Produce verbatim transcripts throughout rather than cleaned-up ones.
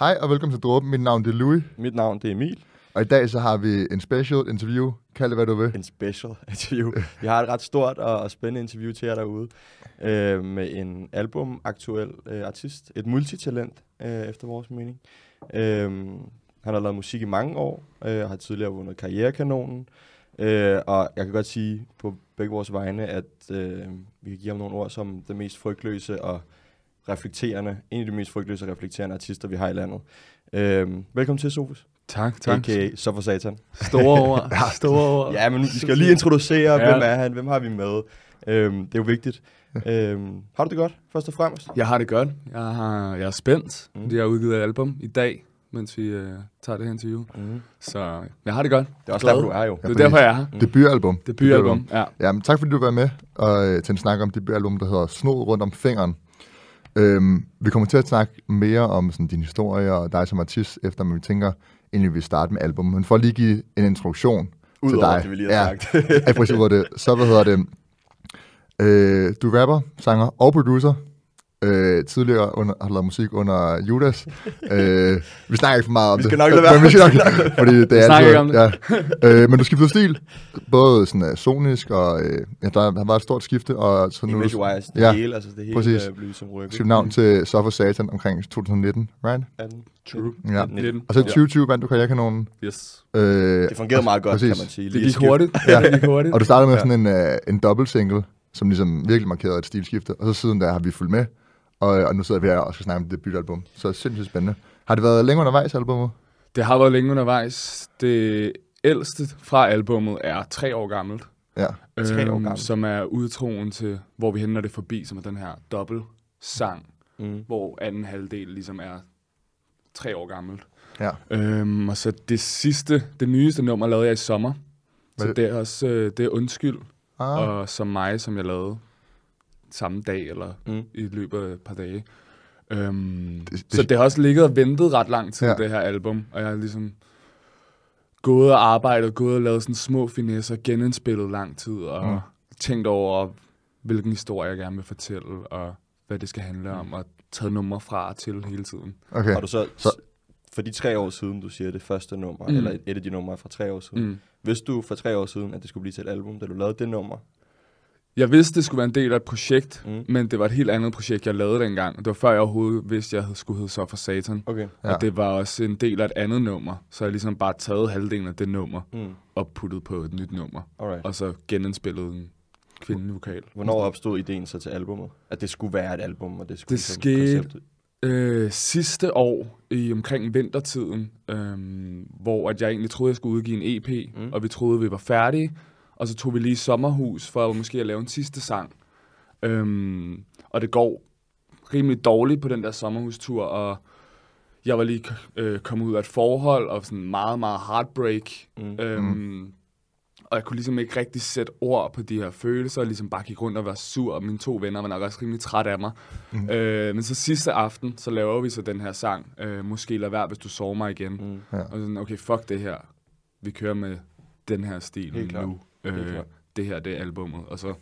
Hej og velkommen til Dråben. Mit navn det er Louis. Mit navn det er Emil. Og i dag så har vi en special interview. Kald det, hvad du vil. En special interview. Vi har et ret stort og spændende interview til jer derude. Øh, med en albumaktuel øh, artist. Et multitalent, øh, efter vores mening. Øh, han har lavet musik i mange år. Øh, har tidligere vundet Karrierekanonen. Øh, og jeg kan godt sige på begge vores vegne, at øh, vi kan give ham nogle ord som det mest frygtløse og reflekterende, en af de mest frygtløse og reflekterende artister, vi har i landet. Øhm, velkommen til, Sofus. Tak, tak. A K A Så for Satan. Store ord. ja, store ord. Ja, men vi skal lige introducere, ja. Hvem er han, hvem har vi med. Øhm, det er jo vigtigt. Øhm, har du det godt, først og fremmest? Jeg har det godt. Jeg, har, jeg er spændt. Mm. De har udgivet et album i dag, mens vi øh, tager det her interview. Mm. Så jeg har det godt. Det er også derfor, du er jo. Det er derfor, jeg er her. Mm. Debutalbum. Debutalbum, ja. Ja, men tak fordi du var med og, øh, til en snak om debutalbum, der hedder Snod rundt om fingeren. Øhm, vi kommer til at snakke mere om sådan, din historie og dig som artist, efter men vi tænker egentlig, vi vil starte med album. Men for at lige give en introduktion til dig. Det, vi lige har sagt. Ja, præcis, hvor det, så hvad hedder det? Øh, du er rapper, sanger og producer. Øh, tidligere under, har lavet musik under Judas. øh, vi snakker ikke for meget om vi det. Vi skal nok lade være. Men vi skal nok, fordi det er altid, om det. Ja. Øh, men du skiftede stil, både sådan uh, sonisk, og øh, ja, der har været et stort skifte. Og så nu, image-wise, det ja, hele, altså det hele præcis. Uh, blev som rykket. Skift navn mm. til Så for Satan omkring to tusind nitten, right? atten True. Ja. nitten. Og så i tyve tyve vandt du Karrierekanonen. Yes. Øh, det fungerede meget godt, præcis. kan man sige. Det gik hurtigt. Ja. det gik hurtigt. Og du startede med ja. sådan en, uh, en dobbelt single, som ligesom virkelig markerede et stilskifte. Og så siden der har vi fulgt med. Og, og nu sidder vi her og skal snakke om debutalbum. Så det er sindssygt spændende. Har det været længe undervejs, albumet? Det har været længe undervejs. Det ældste fra albummet er tre år gammelt. Ja, øhm, tre år gammelt. Som er udtroen til, hvor vi henter det forbi, som er den her dobbelt sang, mm. hvor anden halvdel ligesom er tre år gammelt. Ja. Øhm, og så det sidste, det nyeste nummer lavede jeg i sommer. Så det? det er også, øh, det er Undskyld. Ah. Og som mig, som jeg lavede samme dag, eller mm. i løbet af et par dage. Øhm, det, det, så det har også ligget og ventet ret lang tid, ja. Det her album. Og jeg har ligesom gået og arbejdet, gået og lavet sådan små finesser, genindspillet lang tid, og mm. tænkt over, hvilken historie jeg gerne vil fortælle, og hvad det skal handle om, og taget numre fra og til hele tiden. Okay. Og du så, så for de tre år siden, du siger det første nummer, mm. eller et, et af de numre fra tre år siden, mm. vidste du for tre år siden, at det skulle blive til et album, da du lavede det nummer? Jeg vidste, det skulle være en del af et projekt, mm. men det var et helt andet projekt, jeg lavede dengang. Det var før jeg overhovedet vidste, at jeg skulle hedde Så for Satan. Okay. Ja. Og det var også en del af et andet nummer, så jeg ligesom bare taget halvdelen af det nummer mm. og puttet på et nyt nummer. Alright. Og så genindspillet en kvindelig vokal. Hvornår opstod ideen så til albummet? At det skulle være et album, og det skulle det skete øh, sidste år i omkring vintertiden, øh, hvor at jeg egentlig troede, jeg skulle udgive en E P, mm. og vi troede, vi var færdige. Og så tog vi lige sommerhus for måske at lave en sidste sang. Øhm, og det går rimelig dårligt på den der sommerhustur, og jeg var lige øh, kommet ud af et forhold, og sådan meget, meget heartbreak. Mm. Øhm, mm. Og jeg kunne ligesom ikke rigtig sætte ord på de her følelser, og ligesom bare gik rundt og var sur, og mine to venner var nok også rimelig træt af mig. Mm. Øh, men så sidste aften, så laver vi så den her sang, øh, Måske lad være, hvis du sover mig igen. Mm. Ja. Og sådan, okay, fuck det her. Vi kører med den her stil nu. Øh, det her, det er albummet, og så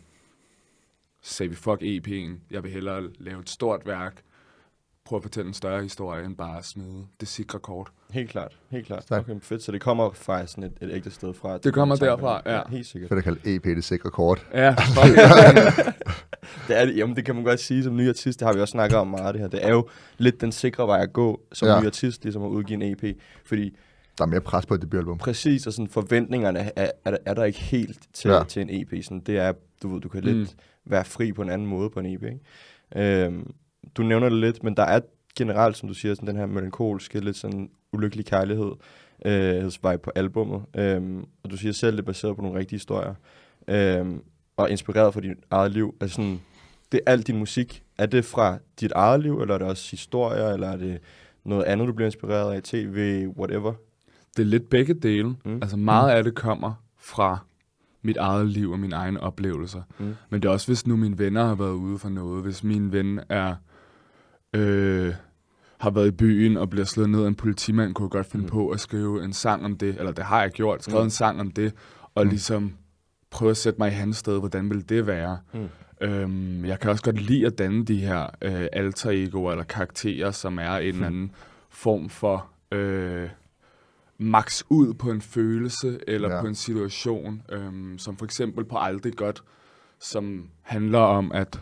sagde vi, fuck E P'en, jeg vil hellere lave et stort værk, prøve at fortælle en større historie, end bare at smide det sikre kort. Helt klart, helt klart. Okay, fedt, så det kommer fra sådan et, et ægte sted fra. Det kommer derfra, ja. Helt sikkert. Fedt at kalde E P det sikre kort. Ja, det er det, jamen det kan man godt sige som ny artist, det har vi også snakket om meget det her. Det er jo lidt den sikre vej at gå som ja. ny artist, ligesom at udgive en E P, fordi der er mere pres på et debutalbum. Præcis, og sådan forventningerne er, er, er der ikke helt til, ja. til en E P. Sådan, det er, du ved, du kan mm. lidt være fri på en anden måde på en E P. Ikke? Øhm, du nævner det lidt, men der er generelt, som du siger, sådan den her melankolske, lidt sådan ulykkelig kærlighed, øh, på albummet. Øhm, og du siger selv, det er baseret på nogle rigtige historier. Øhm, og inspireret fra dit eget liv. Altså sådan, det er alt din musik. Er det fra dit eget liv, eller er det også historier, eller er det noget andet, du bliver inspireret af, tv, whatever? Det er lidt begge dele. Mm. Altså meget mm. af det kommer fra mit eget liv og mine egne oplevelser. Mm. Men det er også, hvis nu mine venner har været ude for noget. Hvis min ven er øh, har været i byen og bliver slået ned af en politimand, kunne jeg godt finde mm. på at skrive en sang om det. Eller det har jeg gjort. Skrevet mm. en sang om det. Og mm. ligesom prøve at sætte mig i hans sted. Hvordan ville det være? Mm. Øhm, jeg kan også godt lide at danne de her øh, alter egoer eller karakterer, som er en eller anden form for øh, max ud på en følelse eller ja. på en situation, øh, som for eksempel på Aldrig Godt, som handler om at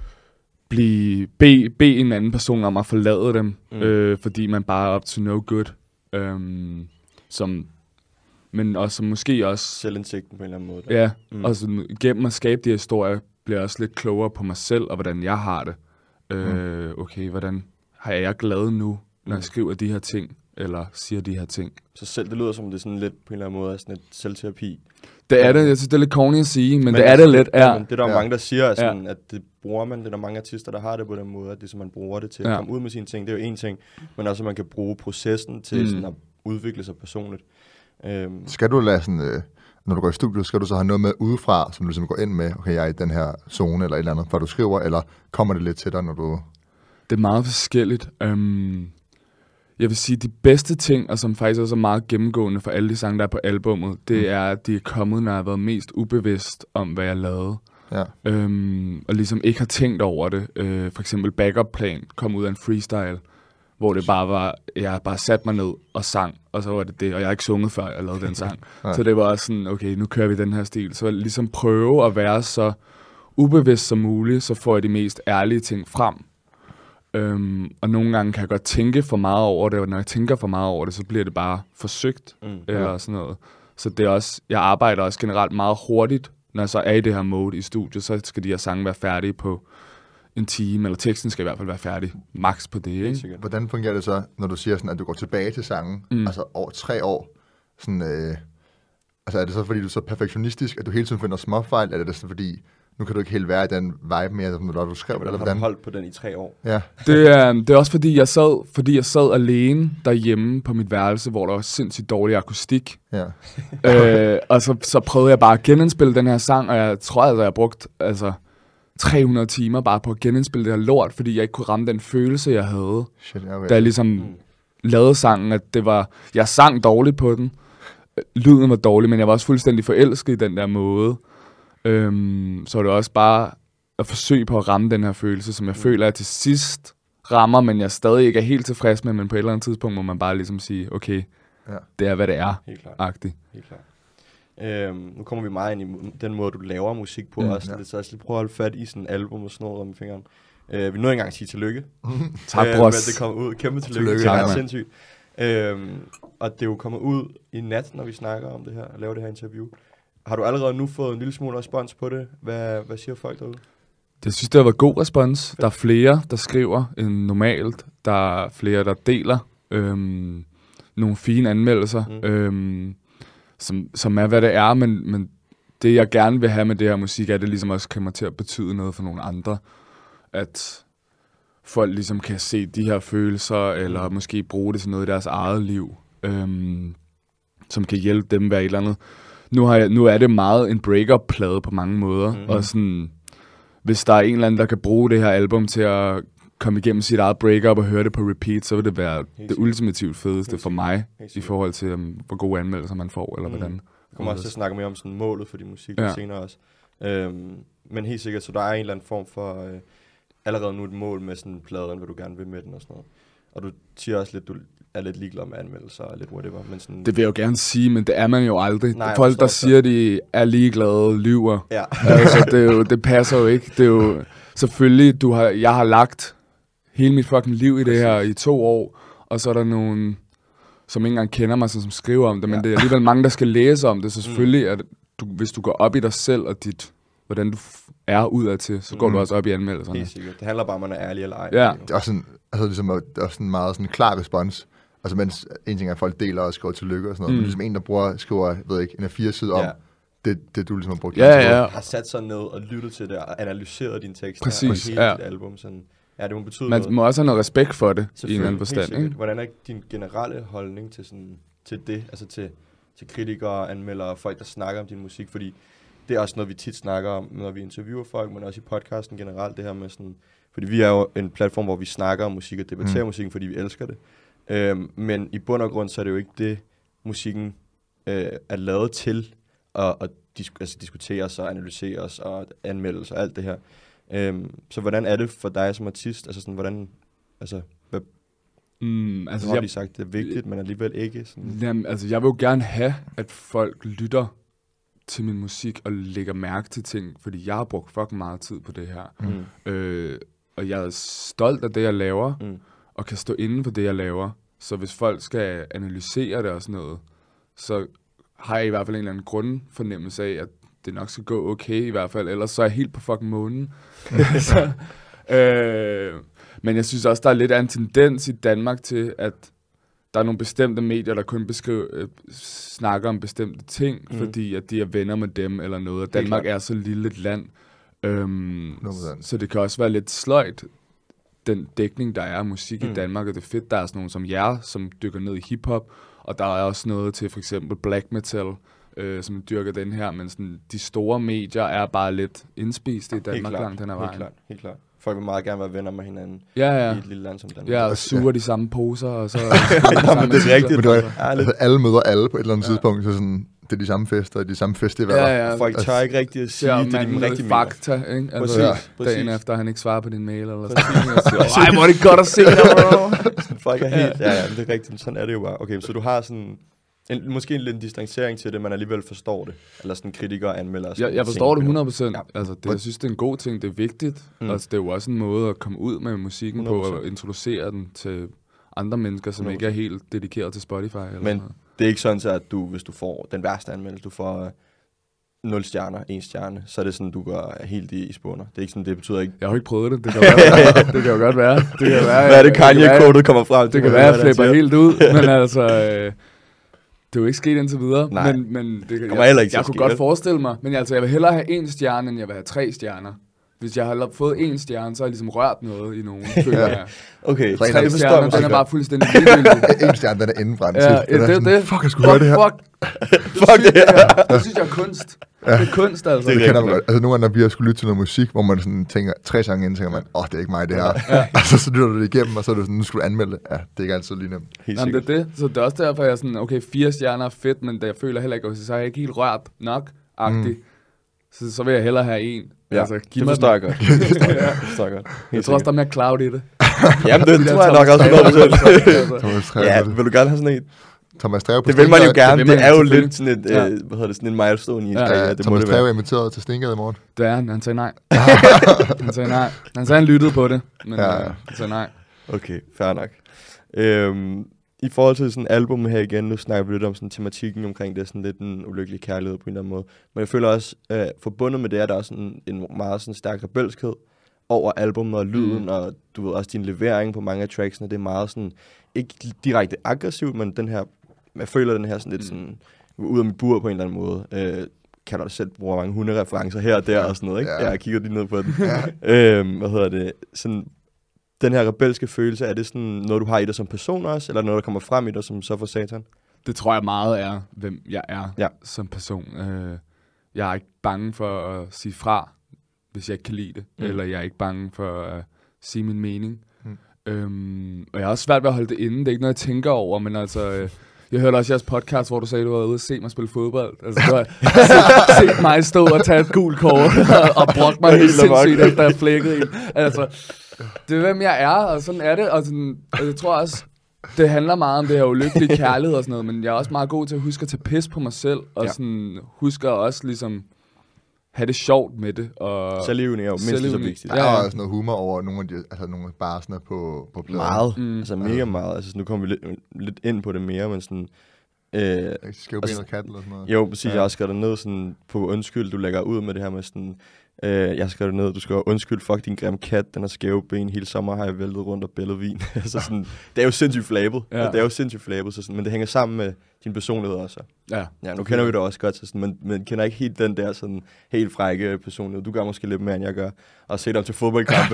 blive bede be en anden person om at forlade dem, mm. øh, fordi man bare er up to no good. Øhm, som, men også som måske også... Selvindsigten på en eller anden måde. Der. Ja, mm. og så gennem at skabe de her historier, bliver jeg også lidt klogere på mig selv, og hvordan jeg har det. Øh, mm. Okay, hvordan har jeg glad nu, når jeg skriver de her ting, eller siger de her ting. Så selv, det lyder som, det er sådan lidt på en eller anden måde sådan et selvterapi. Det er det, jeg synes, det er lidt corny at sige, men, men det er det lidt. Ja. Det er der ja. mange, der siger, sådan, ja. at det bruger man. Det er der mange artister, der har det på den måde, at det som man bruger det til at ja. komme ud med sine ting. Det er jo en ting, men også at man kan bruge processen til mm. sådan at udvikle sig personligt. Um, skal du lade sådan, øh, når du går i studiet, skal du så have noget med udefra, som du ligesom går ind med, okay, jeg er i den her zone eller et eller andet, før du skriver, eller kommer det lidt til dig, når du... Det er meget forskelligt. Um, jeg vil sige, de bedste ting, og som faktisk også er meget gennemgående for alle de sange, der er på albummet, det mm. er, at de er kommet, når jeg har været mest ubevidst om, hvad jeg lavede. Ja. Um, og ligesom ikke har tænkt over det. Uh, for eksempel Backup Plan kom ud af en freestyle, hvor det bare var, jeg bare satte mig ned og sang, og så var det det, og jeg har ikke sunget før, jeg lavede den sang. Så det var sådan, okay, nu kører vi den her stil. Så ligesom prøve at være så ubevidst som muligt, så får jeg de mest ærlige ting frem. Um, og nogle gange kan jeg godt tænke for meget over det, og når jeg tænker for meget over det, så bliver det bare forsøgt, mm, eller ja. sådan noget. Så det er også, jeg arbejder også generelt meget hurtigt, når jeg så er i det her mode i studiet, så skal de her sange være færdige på en time, eller teksten skal i hvert fald være færdig, max på det, ikke? Hvordan fungerer det så, når du siger sådan, at du går tilbage til sangen, mm. altså over tre år, sådan, øh, altså er det så fordi, du er så perfektionistisk, at du hele tiden finder småfejl, eller er det så fordi, nu kan du ikke helt være i den vibe mere, som du skrev, eller hvordan? Har du holdt på den i tre år? Ja. Det er, det er også fordi, jeg sad, fordi jeg sad alene derhjemme på mit værelse, hvor der var sindssygt dårlig akustik. Ja. øh, og så, så prøvede jeg bare at genindspille den her sang, og jeg tror altså, jeg har brugt altså, tre hundrede timer bare på at genindspille det her lort, fordi jeg ikke kunne ramme den følelse, jeg havde. Shit, okay. Da jeg ligesom mm. lavede sangen, at det var, jeg sang dårligt på den. Lyden var dårlig, men jeg var også fuldstændig forelsket i den der måde. Øhm, så er det også bare at forsøge på at ramme den her følelse, som jeg mm. føler, at til sidst rammer, men jeg stadig ikke er helt tilfreds med, men på et eller andet tidspunkt må man bare ligesom sige, okay, ja. det er, hvad det er. Helt klart. Agtigt. Helt klart. Øhm, nu kommer vi meget ind i den måde, du laver musik på, mm, også. Ja. Så jeg skal prøve at holde fat i sådan en album og snor om fingeren. Øh, vi nåede engang at sige tillykke. Tak, øh, bros. Det kommer ud. Kæmpe tillykke. tillykke. Det er sindssygt. Øhm, og det er jo kommet ud i nat, når vi snakker om det her, og laver det her interview. Har du allerede nu fået en lille smule respons på det? Hvad, hvad siger folk derude? Jeg synes, det har været god respons. Fedt. Der er flere, der skriver end normalt. Der er flere, der deler øhm, nogle fine anmeldelser, mm. øhm, som, som er, hvad det er. Men, men det, jeg gerne vil have med det her musik, er, at det ligesom også kommer til at betyde noget for nogle andre. At folk ligesom kan se de her følelser, eller mm. måske bruge det til noget i deres eget liv, øhm, som kan hjælpe dem med et eller andet. Nu, har jeg, nu er det meget en break-up-plade på mange måder, mm-hmm. og sådan, hvis der er en eller anden, der kan bruge det her album til at komme igennem sit eget break-up og høre det på repeat, så vil det være Helt det ultimativt fedeste for mig, i forhold til, um, hvor gode anmeldelser man får, eller mm. hvordan. Jeg kommer også til at snakke mere om sådan målet for din musik ja. senere også. Øhm, men helt sikkert, så der er en eller anden form for, øh, allerede nu et mål med sådan pladen, hvad du gerne vil med den og sådan noget. Og du siger også lidt, du er lidt ligeglad med anmeldelser og lidt whatever. Men sådan det vil jeg jo gerne sige, men det er man jo aldrig. Nej, folk, der siger, de er ligeglade, lyver. Ja. Altså, det, er jo, det passer jo ikke. Det er jo selvfølgelig, du har, jeg har lagt hele mit fucking liv i det her i to år, og så er der nogen, som ikke engang kender mig, som skriver om det, ja. men det er alligevel mange, der skal læse om det, så selvfølgelig, at du, hvis du går op i dig selv og dit, hvordan du er udadtil, så går mm. du også op i anmeldelserne. Helt sikkert. Det handler bare om, at man er ærlig eller ej. Ja. Det er også sådan, altså, ligesom, det er også sådan meget sådan klar respons. Altså, mens en ting er, at folk deler og skriver tillykke og sådan noget, mm. men ligesom en, der bruger, skriver, ved ikke, en af fire sider om, ja. det, det du ligesom har brugt. Ja, ja, ja. Har sat sig ned og lyttet til det og analyseret dine tekster. Præcis, og hele ja. dit album. Sådan, ja, det må betyde man noget. må også have noget respekt for det, i en eller anden forstand. Ikke? Hvordan er din generelle holdning til, sådan, til det, altså til, til kritikere, anmeldere, folk, der snakker om din musik? Fordi det er også noget, vi tit snakker om, når vi interviewer folk, men også i podcasten generelt, det her med sådan, fordi vi er jo en platform, hvor vi snakker om musik og debatterer mm. musikken, fordi vi elsker det. Øhm, men i bund og grund, så er det jo ikke det, musikken øh, er lavet til at, at disk- altså diskuteres og analyseres og anmeldes og alt det her. Øhm, så hvordan er det for dig som artist? Altså sådan, hvordan, altså, hvad, Mm, Altså, altså, nu har jeg, de sagt, det er vigtigt, men alligevel ikke. Sådan. jamen, altså, jeg vil jo gerne have, at folk lytter til min musik og lægger mærke til ting, fordi jeg har brugt fucking meget tid på det her. Mm. Øh, og jeg er stolt af det, jeg laver, Mm. og kan stå inden for det, jeg laver. Så hvis folk skal analysere det og sådan noget, så har jeg i hvert fald en eller anden grundfornemmelse af, at det nok skal gå okay i hvert fald, ellers så er jeg helt på fucking månen. så, øh, men jeg synes også, der er lidt af en tendens i Danmark til, at der er nogle bestemte medier, der kun beskriver, øh, snakker om bestemte ting, Mm. fordi at de er venner med dem eller noget. Og Danmark er så lille et land, øhm, så det kan også være lidt sløjt, den dækning, der er af musik mm. i Danmark, og det er fedt, der er sådan nogen som jer, som dykker ned i hiphop, og der er også noget til for eksempel black metal, øh, som dyrker den her, men sådan, de store medier er bare lidt indspist i Danmark langt den her vejen. Helt klart, helt klart. Folk vil meget gerne være venner med hinanden ja, ja. i et lille land som Danmark. Ja, og suger ja. de samme poser, og så... ja, men det er rigtigt. Men det er, altså, alle møder alle på et eller andet ja. tidspunkt, så sådan, det er de samme fester, de samme festivaler. Ja, ja. Folk tør ikke rigtig at sige, ja, det er de rigtige fakta, ikke? Altså, præcis, ja. præcis. Dagen efter, han ikke svarer på din mail, eller sådan. Ej, hvor er det godt at se dig, bro. Folk er helt... Ja, ja, det er rigtigt. Sådan er det jo bare. Okay, så du har sådan... En, måske en lidt distancering til det, man alligevel forstår det. Eller sådan kritikere anmelder. Jeg, jeg forstår det hundrede procent. Ja. Altså, det, jeg synes, det er en god ting. Det er vigtigt. Mm. Altså, det er jo også en måde at komme ud med musikken hundrede procent på, og introducere den til andre mennesker, som hundrede procent ikke er helt dedikeret til Spotify. Eller Men noget. Det er ikke sådan, at du, hvis du får den værste anmeldelse, du får nul stjerner, en stjerne, så er det sådan, du går helt i, i spåner. Det er ikke sådan, det betyder ikke... Jeg har jo ikke prøvet det. Det kan jo være. det kan jo godt være. Det kan være. Hvad er det, Kanye-kodet kommer frem til? Det kan være, at jeg flipper helt ud, men altså... Øh, det er jo ikke sket indtil videre, Nej. men, men det, kommer jeg, ikke jeg kunne godt forestille mig. Men altså, jeg vil hellere have en stjerne, end jeg vil have tre stjerner. Hvis jeg har fået en stjerne, så har jeg ligesom rørt noget i nogen, føler jeg. Okay, tre stjerner, stjerner den er bare fuldstændig ligegyldig. En stjerne, den er indenbrændt. Ja, det er det. det. Fuck, jeg skulle høre det her. Fuck, fuck det her. Det synes jeg er kunst. Ja. Det er kunst, altså. Det, det kender man godt. Altså nogle gange, når vi har skulle lytte til noget musik, hvor man sådan tænker, tre sange ind, tænker man, åh, oh, det er ikke mig, det her. Ja. Altså, så lytter du det igennem, og så er du sådan, nu skal du anmelde det. Ja, det er ikke altid lige nemt. Jamen, det er det. Så det er også derfor, jeg er sådan, okay, fire stjerner er fedt, men jeg føler heller ikke, så er jeg ikke helt rørt nok-agtig. Mm. Så, så vil jeg hellere have en. Ja, altså, det forstår jeg godt. Det forstår jeg godt. Jeg tror også, der er mere cloud i det. Jamen, det tror jeg nok også hundrede procent. Ja, vil du gerne have sådan en? Thomas Treve på det vil man jo gerne. Det er jo lidt sådan et, ja. øh, hvad hedder det, sådan en milestone i en ja, karriere. Ja, det Thomas Treve er inviteret til Stengade i morgen. Det er han. Han sagde nej. han sagde nej. Han sagde, han lyttede på det, men ja. øh, han sagde nej. Okay, fair nok. Øhm, I forhold til sådan album her igen, nu snakker vi lidt om sådan tematikken omkring det, sådan lidt en ulykkelig kærlighed på en eller anden måde. Men jeg føler også, øh, forbundet med det, at der er sådan en meget sådan stærk rebelskhed over albumet og lyden, mm. og du ved også din levering på mange af tracksene, det er meget sådan, ikke direkte aggressivt, men den her, jeg føler den her sådan lidt sådan, ud af mit bur på en eller anden måde. Øh, kalder det selv, bruger mange hundereferencer her og der ja. og sådan noget, ikke? Ja. Jeg kigger lige ned på den. Ja. øhm, hvad hedder det? Sådan, den her rebelske følelse, er det sådan noget, du har i dig som person også, eller noget, der kommer frem i dig som så for satan? Det tror jeg meget er, hvem jeg er ja. som person. Øh, jeg er ikke bange for at sige fra, hvis jeg ikke kan lide det, mm. eller jeg er ikke bange for at sige min mening. Mm. Øhm, og jeg har også svært ved at holde det inde. Det er ikke noget, jeg tænker over, men altså... Øh, jeg hørte også jeres podcast, hvor du sagde, at du var ude og se mig spille fodbold. Altså, du har set, set mig stå og tage et gult kort og, og brokke mig helt sindssygt, efter jeg flækkede i. Altså, det er, hvem jeg er, og sådan er det. Og, sådan, og jeg tror også, det handler meget om det her ulykkelige kærlighed og sådan noget, men jeg er også meget god til at huske at tage pis på mig selv, og ja. sådan, huske at også ligesom have det sjovt med det. Og selvivning er jo mindst så vigtigt. Der er også noget humor over nogle af de, altså nogle af barsene på, på pladen. Meget. Mm. Altså mega meget. Altså nu kommer vi lidt, lidt ind på det mere, men sådan... Øh, Skævbenet og kat eller sådan noget. Jo, præcis. Ja. Jeg har skrevet ned sådan på undskyld, du lægger ud med det her med sådan... Øh, jeg har skrevet ned, du skal undskyld, fuck din grimme kat, den har skæve ben, hele sommer har jeg væltet rundt og bællet vin. altså sådan, det er jo sindssygt flabet. Ja. Det er jo sindssygt flabet, så sådan, men det hænger sammen med din personlighed også. Ja. Ja, nu kender vi det også godt, så sådan, men, men kender ikke helt den der sådan helt frække personlighed. Du gør måske lidt mere, end jeg gør, og se dig til fodboldkampe.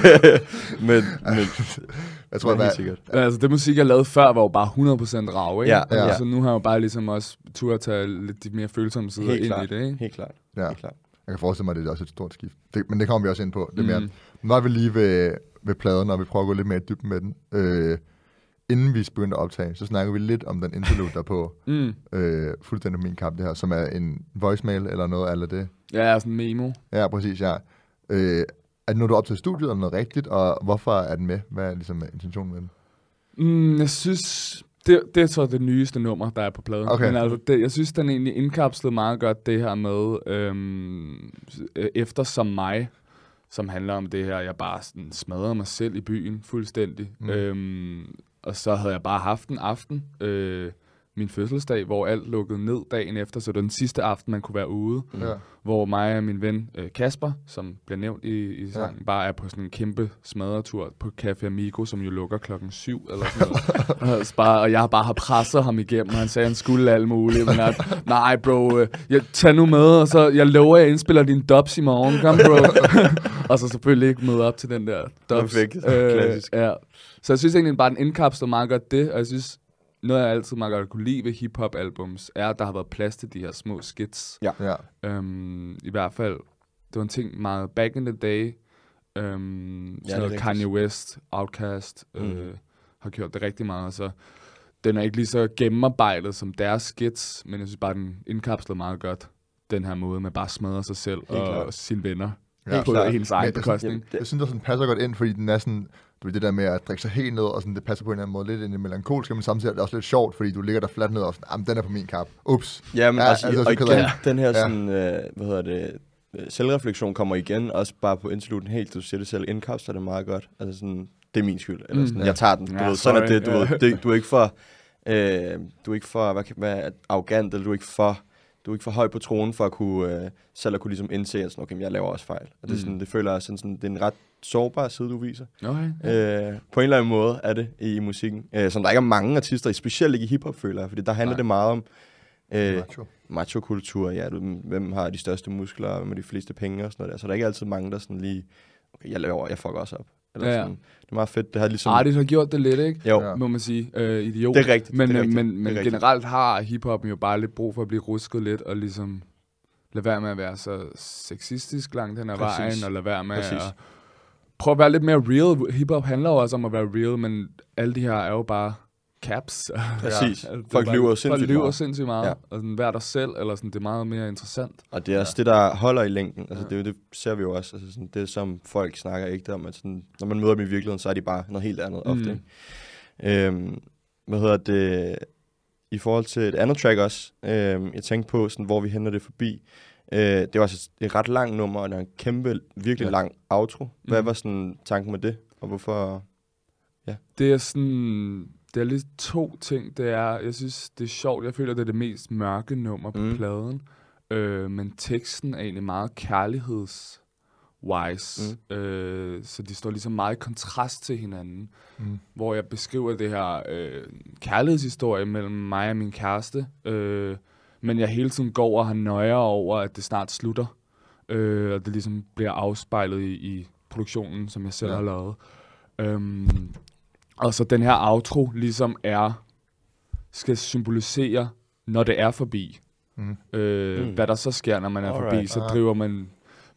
men, men, jeg tror, det er sikkert. Ja, altså det musik, jeg lavede før, var jo bare hundrede procent rav, ikke? Ja, ja. Altså, så nu har jeg jo bare ligesom også tur at tage lidt de mere følsomme sider helt ind klart. i det, ikke? Helt klart. Ja. Helt klart. Jeg kan forestille mig, at det er også et stort skift. Det, men det kommer vi også ind på. Det mere. Mm. Nu er vi lige ved, ved pladen, og vi prøver at gå lidt mere i dybden med den. Øh, inden vi begyndte at optage, så snakker vi lidt om den interlude, der på mm. øh, fuldstændig min kamp, det her, som er en voicemail eller noget eller det. Ja, sådan en memo. Ja, præcis, ja. Øh, er det noget, du optager studiet, eller noget rigtigt, og hvorfor er den med? Hvad er ligesom intentionen med den? Mm, jeg synes, det, det er så det nyeste nummer, der er på pladen. Okay. Men altså, det, jeg synes, den egentlig indkapslede meget godt det her med øhm, Efter som mig, som handler om det her, jeg bare sådan smadrede mig selv i byen fuldstændig. Mm. Øhm, og så havde jeg bare haft en aften, øh, min fødselsdag, hvor alt lukkede ned dagen efter, så det var den sidste aften, man kunne være ude. Mm. Ja. Hvor mig og min ven øh, Kasper, som bliver nævnt i, i sangen, ja. bare er på sådan en kæmpe smadretur på Café Amigo, som jo lukker klokken syv eller sådan noget. og, bare, og jeg bare har presset ham igennem, og han sagde, at han skulle alt muligt. Men at, nej bro, øh, jeg, tag nu med, og så jeg lover, at jeg indspiller din dubs i morgen. Kom bro. og så selvfølgelig ikke møde op til den der dubs. Perfekt. Øh, Klassisk. Ja. Så jeg synes egentlig bare, den indkapsler meget godt det, og jeg synes, noget jeg altid meget godt kunne lide ved hip-hop-albums, er, at der har været plads til de her små skits. Ja. ja. Øhm, I hvert fald, det var en ting meget back in the day. Øhm, ja, så noget Kanye West, Outkast, mm. øh, har gjort det rigtig meget. Så den er ikke lige så gennemarbejdet som deres skits, men jeg synes bare, den indkapsler meget godt den her måde med bare at smadre sig selv Helt og klar. sine venner. Ja, på hendes egen bekostning. Jeg, jeg, jeg synes, at den passer godt ind, fordi den er sådan, du ved, det der med at drikke sig helt ned, og sådan, det passer på en eller anden måde lidt ind i melankolsk, men samtidig er det også lidt sjovt, fordi du ligger der fladt ned og sådan, jamen, den er på min kap. Ups. Ja, men ja, også, altså, og igen, ja. den her sådan, øh, hvad hedder det, selvreflektion kommer igen, også bare på interluden helt, du siger det selv, indkapsler det meget godt. Altså sådan, det er min skyld, eller sådan, mm, jeg tager den, du ja, ved, sådan er det, du ved, det, du er ikke for, øh, du er ikke for, hvad, hvad arrogant, eller du er ikke for, du er ikke for høj på tronen for at kunne, øh, selv at kunne ligesom indse, at sådan, okay, jeg laver også fejl. Og det, er sådan, mm. det føler jeg sådan, sådan, det er en ret sårbar side, du viser. Okay, ja. øh, på en eller anden måde er det i, i musikken. Øh, som der ikke er mange artister, specielt ikke i hiphop, føler jeg, fordi der handler Nej. det meget om øh, macho. macho-kultur. Ja, du, hvem har de største muskler, hvem har de fleste penge og sådan noget der. Så der er ikke altid mange, der sådan lige, okay, jeg laver, jeg fucker også op. Eller ja, ja. Sådan. Det er meget fedt. Det har ligesom... Ah, det har gjort det lidt, ikke? Jo. Må man sige. Øh, idiot. Det er rigtigt. Men, det er rigtigt. men, men det er generelt rigtigt. har hiphoppen jo bare lidt brug for at blive rusket lidt, og ligesom lade være med at være så sexistisk langt hen ad vejen, og lade være med Præcis. at prøve at være lidt mere real. Hiphop handler jo også om at være real, men alle de her er jo bare caps. Præcis. Ja. Folk lyver sindssygt meget. Folk lyver sindssygt meget. Ja. Og sådan, vær dig selv, eller sådan, det er meget mere interessant. Og det er også ja. det, der holder i længden. Altså, ja. det, det ser vi jo også. Altså, sådan, det som folk snakker ikke om, at sådan, når man møder dem i virkeligheden, så er de bare noget helt andet mm. ofte. Øhm, hvad hedder det? I forhold til et andet track også, øhm, jeg tænkte på, sådan, hvor vi henter det forbi. Øh, det var også et ret langt nummer, og der er en kæmpe, virkelig ja. lang outro. Hvad mm. var sådan tanken med det, og hvorfor? Ja. Det er sådan... Det er lidt to ting. Det er, jeg synes, det er sjovt. Jeg føler, det er det mest mørke nummer på mm. pladen. Øh, men teksten er egentlig meget kærligheds-wise. Mm. Øh, så de står ligesom meget i kontrast til hinanden. Mm. Hvor jeg beskriver det her øh, kærlighedshistorie mellem mig og min kæreste. Øh, men jeg hele tiden går og har nøjer over, at det snart slutter. Øh, og det ligesom bliver afspejlet i, i produktionen, som jeg selv ja. har lavet. Øh, Og så den her outro ligesom er, skal symbolisere, når det er forbi. Mm. Øh, mm. Hvad der så sker, når man er Alright. forbi. Så ah. driver man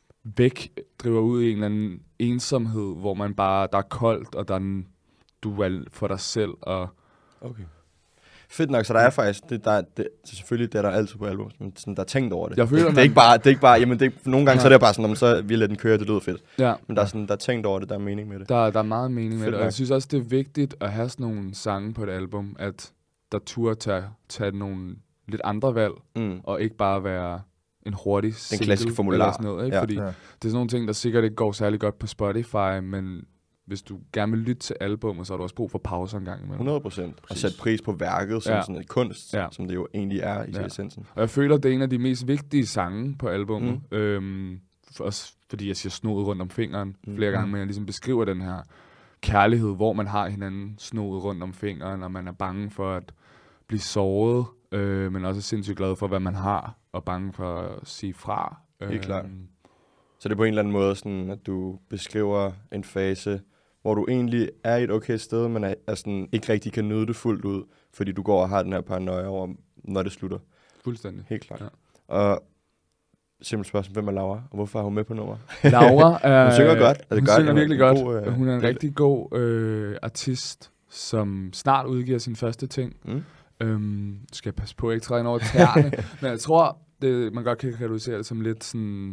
væk, driver ud i en eller anden ensomhed, hvor man bare, der er koldt, og der er en duel for dig selv. Og okay. Fedt nok, så der er faktisk, det, der, det, så selvfølgelig det er der altid på album, men sådan, der er tænkt over det. Jeg føler, det, det, er ikke bare, det er ikke bare, jamen det er, nogle gange ja. så er det bare sådan, så vi lader den køre, det lyder fedt. Ja. Men der er sådan, der er tænkt over det, der er mening med det. Der, der er meget mening med fedt det, og nok. Jeg synes også, det er vigtigt at have sådan nogle sange på et album, at der turde tage, tage nogle lidt andre valg, mm. og ikke bare være en hurtig single. Den klassiske formular. Eller sådan noget, ikke? Ja. Fordi ja. det er sådan nogle ting, der sikkert ikke går særlig godt på Spotify, men hvis du gerne vil lytte til albumet, så har du også brug for pauser en gang imellem. hundrede procent. Og sætte pris på værket som ja. sådan et kunst, ja. som det jo egentlig er i ja. essensen. Og jeg føler, det er en af de mest vigtige sange på albumet. Mm. Øhm, for også fordi jeg siger snodet rundt om fingeren mm. flere gange, men jeg ligesom beskriver den her kærlighed, hvor man har hinanden snodet rundt om fingeren, og man er bange for at blive såret, øh, men også er sindssygt glad for, hvad man har, og bange for at sige fra. Helt øhm. klart. Så det er på en eller anden måde sådan, at du beskriver en fase, hvor du egentlig er i et okay sted, men er, er sådan, ikke rigtig kan nyde det fuldt ud, fordi du går og har den her paranoia over, når det slutter. Fuldstændig. Helt klart. Ja. Og simpelt spørgsmål, hvem er Laura, og hvorfor er hun med på nummer? Laura er... hun synger godt. Hun godt, synger virkelig godt. God, øh, hun er en rigtig god øh, artist, som snart udgiver sin første ting. Mm. Øhm, skal jeg passe på, at jeg ikke træder ind over tæerne. Men jeg tror, det, man godt kan reducere det som lidt sådan...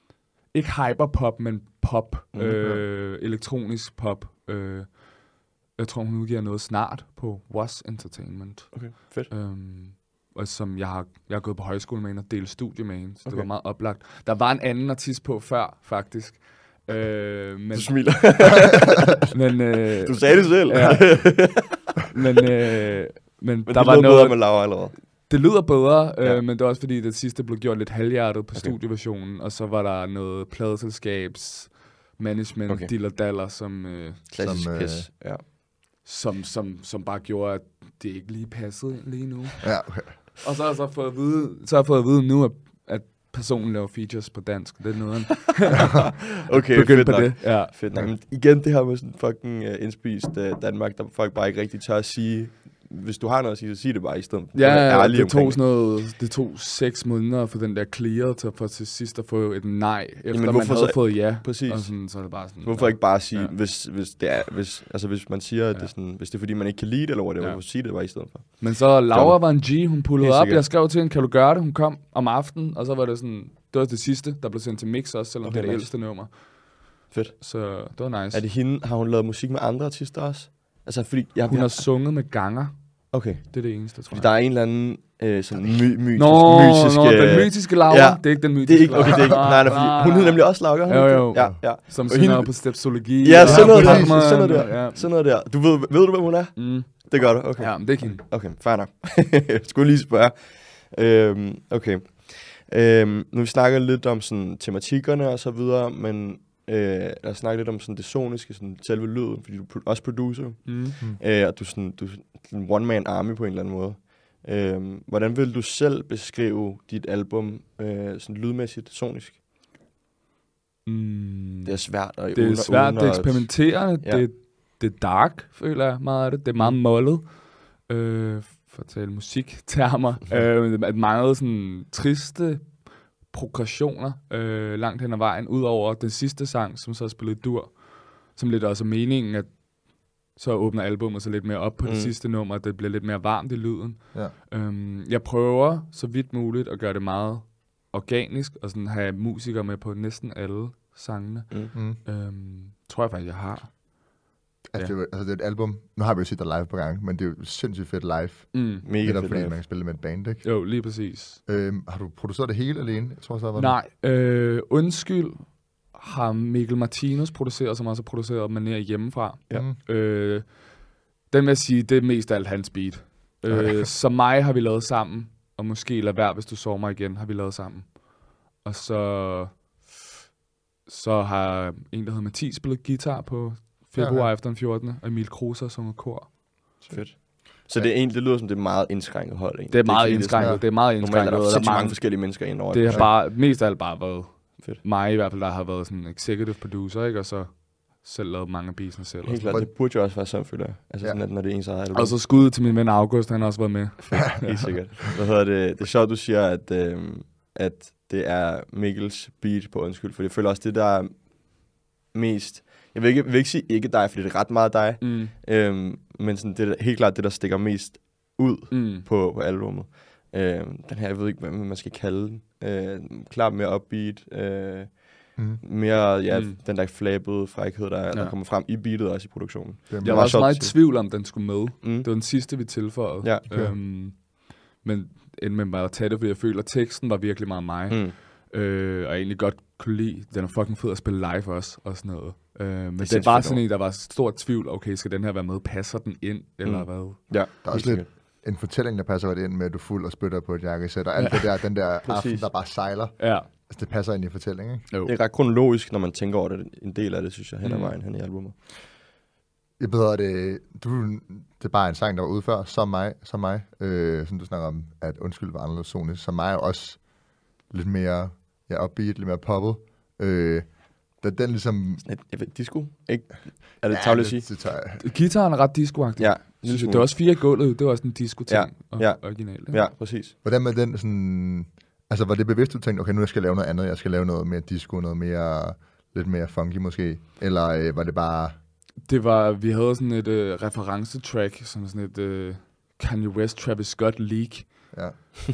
Ikke hyperpop, men pop. Mm-hmm. Øh, elektronisk pop. Øh, Jeg tror, hun udgiver noget snart på Was Entertainment. Okay, fedt. Øhm, og som jeg har, jeg har gået på højskole med hende og delt studie med hende, så okay. det Okay. var meget oplagt. Der var en anden artist på før, faktisk. Øh, men, Du smiler. men, øh, Du sagde det selv. Ja. men, øh, men, Men der det var lyder noget... bedre med Laura allerede. Det lyder bedre, Ja. øh, men det er også fordi, det sidste blev gjort lidt halvhjertet på Okay. studieversionen, og så var der noget pladeselskabs management, Okay. okay. diller som, øh, Klassisk Som, øh, pis. Ja. som, som, som bare gjorde, at det ikke lige passede ind lige nu. Ja, okay. Og så har jeg så fået at vide, så har jeg fået at vide nu, at, at personen laver features på dansk. Det er noget, Okay, begyndt fedt på nok. det. Ja. Fedt nok. Men igen, det her med sådan fucking uh, indspist uh, Danmark, der folk bare ikke rigtig tør at sige, hvis du har noget at sige, så sig det bare i stedet. for at være Ja, ærlig det omkring tog, sådan noget, det tog seks måneder for den der clear til, for til sidst at få et nej, efter Jamen, man hvorfor havde så- fået ja. Præcis. Og sådan, så er det bare sådan, Hvorfor ikke bare sige, Ja. ja. hvis, hvis, det er, hvis, altså hvis man siger, at Ja. det er sådan, hvis det er fordi, man ikke kan lide det, eller whatever, Ja. hvorfor sige det bare i stedet for? Men så Laura var en G, hun pullede Helt op. sikkert. Jeg skrev til hende, kan du gøre det? Hun kom om aftenen, og så var det sådan, det var det sidste, der blev sendt til mix også, selvom Okay, det er det nice. ældste nummer. Fedt. Så det var nice. Er det hende, har hun lavet musik med andre artister også? Altså fordi, jeg, Hun jeg, har sunget med ganger. okay. Det er det eneste, tror Fordi jeg. der er en eller anden øh, sådan my, mytisk, Nå, mytisk... nå, øh, den mytiske Laura. ja. Det er ikke den det mytiske er ikke, okay, det er ikke, nej, nej, fordi hun hed nemlig også Laura, gør hun Jo, ikke jo. det? Ja, ja. Som Og synger hende- på stepsologi. Ja, og- sådan noget der, Jamen, sådan noget der, Ja. sådan noget der. Du ved, ved du, hvem hun er? Mm. Det gør du, okay. Ja, men det er ikke hende. Okay, fair nok. Jeg skulle lige spørge. Øhm, okay. Øhm, nu vi snakker lidt om sådan tematikkerne og så videre, men øh, lad os snakke lidt om sådan det soniske, sådan selve lyden, fordi du er pro- også producer, Mm. øh, og du er sådan, du er sådan en one-man army på en eller anden måde. Øhm, hvordan vil du selv beskrive dit album øh, sådan lydmæssigt, sonisk? Mm. Det er svært. Og Det er uden- svært, uden det er at- eksperimenterende, Ja. det, det er dark, føler jeg meget af det. Det er meget mollet, øh, for at tale musiktermer. øh, at mange sådan triste progressioner øh, langt hen ad vejen, udover den sidste sang, som så er spillet dur, som lidt også er meningen, at så åbner albumet så lidt mere op på mm. Mm. det sidste nummer, det bliver lidt mere varmt i lyden. Ja. Øhm, jeg prøver så vidt muligt at gøre det meget organisk, og sådan have musikere med på næsten alle sangene. Mm. Mm. Øhm, tror jeg faktisk, jeg har. Altså, det, er, jo- altså, det er et album. Nu har vi jo set dig live på gang, men det er jo sindssygt fedt live. Mm. Mega Netop fedt. fordi live. man kan spille med et band, ikke? Jo, lige præcis. Øhm, har du produceret det hele alene? Jeg tror så, var Nej, øh, Undskyld har Mikkel Martinus produceret, som også har produceret Manér hjemmefra. Ja. Mm. Øh, den vil jeg sige, det er mest af alt hans beat. Øh, så mig har vi lavet sammen, og måske lad være, hvis du sover mig igen, har vi lavet sammen. Og så, så har en, der hedder Mathis, spillet guitar på februar Ja, ja. efter den fjortende, og Emil Kruser sunget kor. Fedt. Så det, er egentlig, det lyder som, det er meget indskrænket hold. Egentlig. Det er meget ikke, fordi indskrænket, sådan- det er meget Normalt er indskrænket. der og der er sindssygt mange mange, forskellige mennesker ind over det har Ja. bare, mest af alt bare været Fedt. mig i hvert fald, der har været sådan executive producer, ikke? Og så selv lavet mange af beatsene selv. Helt klart, det burde jo også være sådan, føler jeg. Altså Ja. sådan, at når det er ens eget album. Og så skud til min ven August, han har også været med. Helt sikkert. Hvad hedder det? Det er sjovt, du siger, at, øh, at det er Mikkels beat på Undskyld, for jeg føler også, det der er mest... Jeg vil ikke, jeg vil ikke sige ikke dig, fordi det er ret meget dig, Mm. øhm, men sådan, det er helt klart det, der stikker mest ud Mm. på, på albumet. Øhm, den her, jeg ved ikke, hvad man skal kalde den. Øh, klart mere upbeat, øh, Mm. mere, ja, Mm. mm. den der flæbede frækhed, der, ja. der Ja. kommer frem i beatet, også i produktionen. Det er Jeg meget var også sjovt meget i at sige. tvivl om, den skulle med. Mm. Det var den sidste, vi tilføjede. Ja, okay. øhm, men endte med bare at tage det, fordi jeg føler, at teksten var virkelig meget mig. Mm. Øh, og jeg egentlig godt kunne lide, den er fucking fed at spille live også, og sådan noget. Øh, men det, det sindssygt var fedt sådan en, der var stor tvivl, okay, skal den her være med? Passer den ind, eller Mm. hvad? Ja, Der er også lidt en fortælling, der passer godt ind med, at du er fuld og spytter på et jakkesæt, og alt det der, den der aften, Præcis. der bare sejler. Ja. Altså, det passer ind i fortællingen, ikke? Jo. Det er ret kronologisk, når man tænker over det. En del af det, synes jeg, hen ad Mm. vejen, hen i albumet. Jeg bedre det, du, det er bare en sang, der var ude før, som mig, som mig, øh, som du snakker om, at Undskyld var anderledes sonisk, som mig er også lidt mere, ja, upbeat, lidt mere poppet. Øh, da den ligesom... Et, jeg ved, disco? Ikke? Er det tavligt at sige? det, det tager jeg. Guitaren er ret disco-agtig. Ja, Synes jeg. Det var også fire i gulvet, det var også en disco-ting. Ja, og- ja. Originalt. ikke? Ja, præcis. Hvordan med den sådan... Altså, var det bevidst, du tænkte, okay, nu skal jeg lave noget andet, jeg skal lave noget mere disco, noget mere, lidt mere funky måske? Eller øh, var det bare... Det var, vi havde sådan et øh, referencetrack, som sådan et øh, Kanye West, Travis Scott leak, Ja,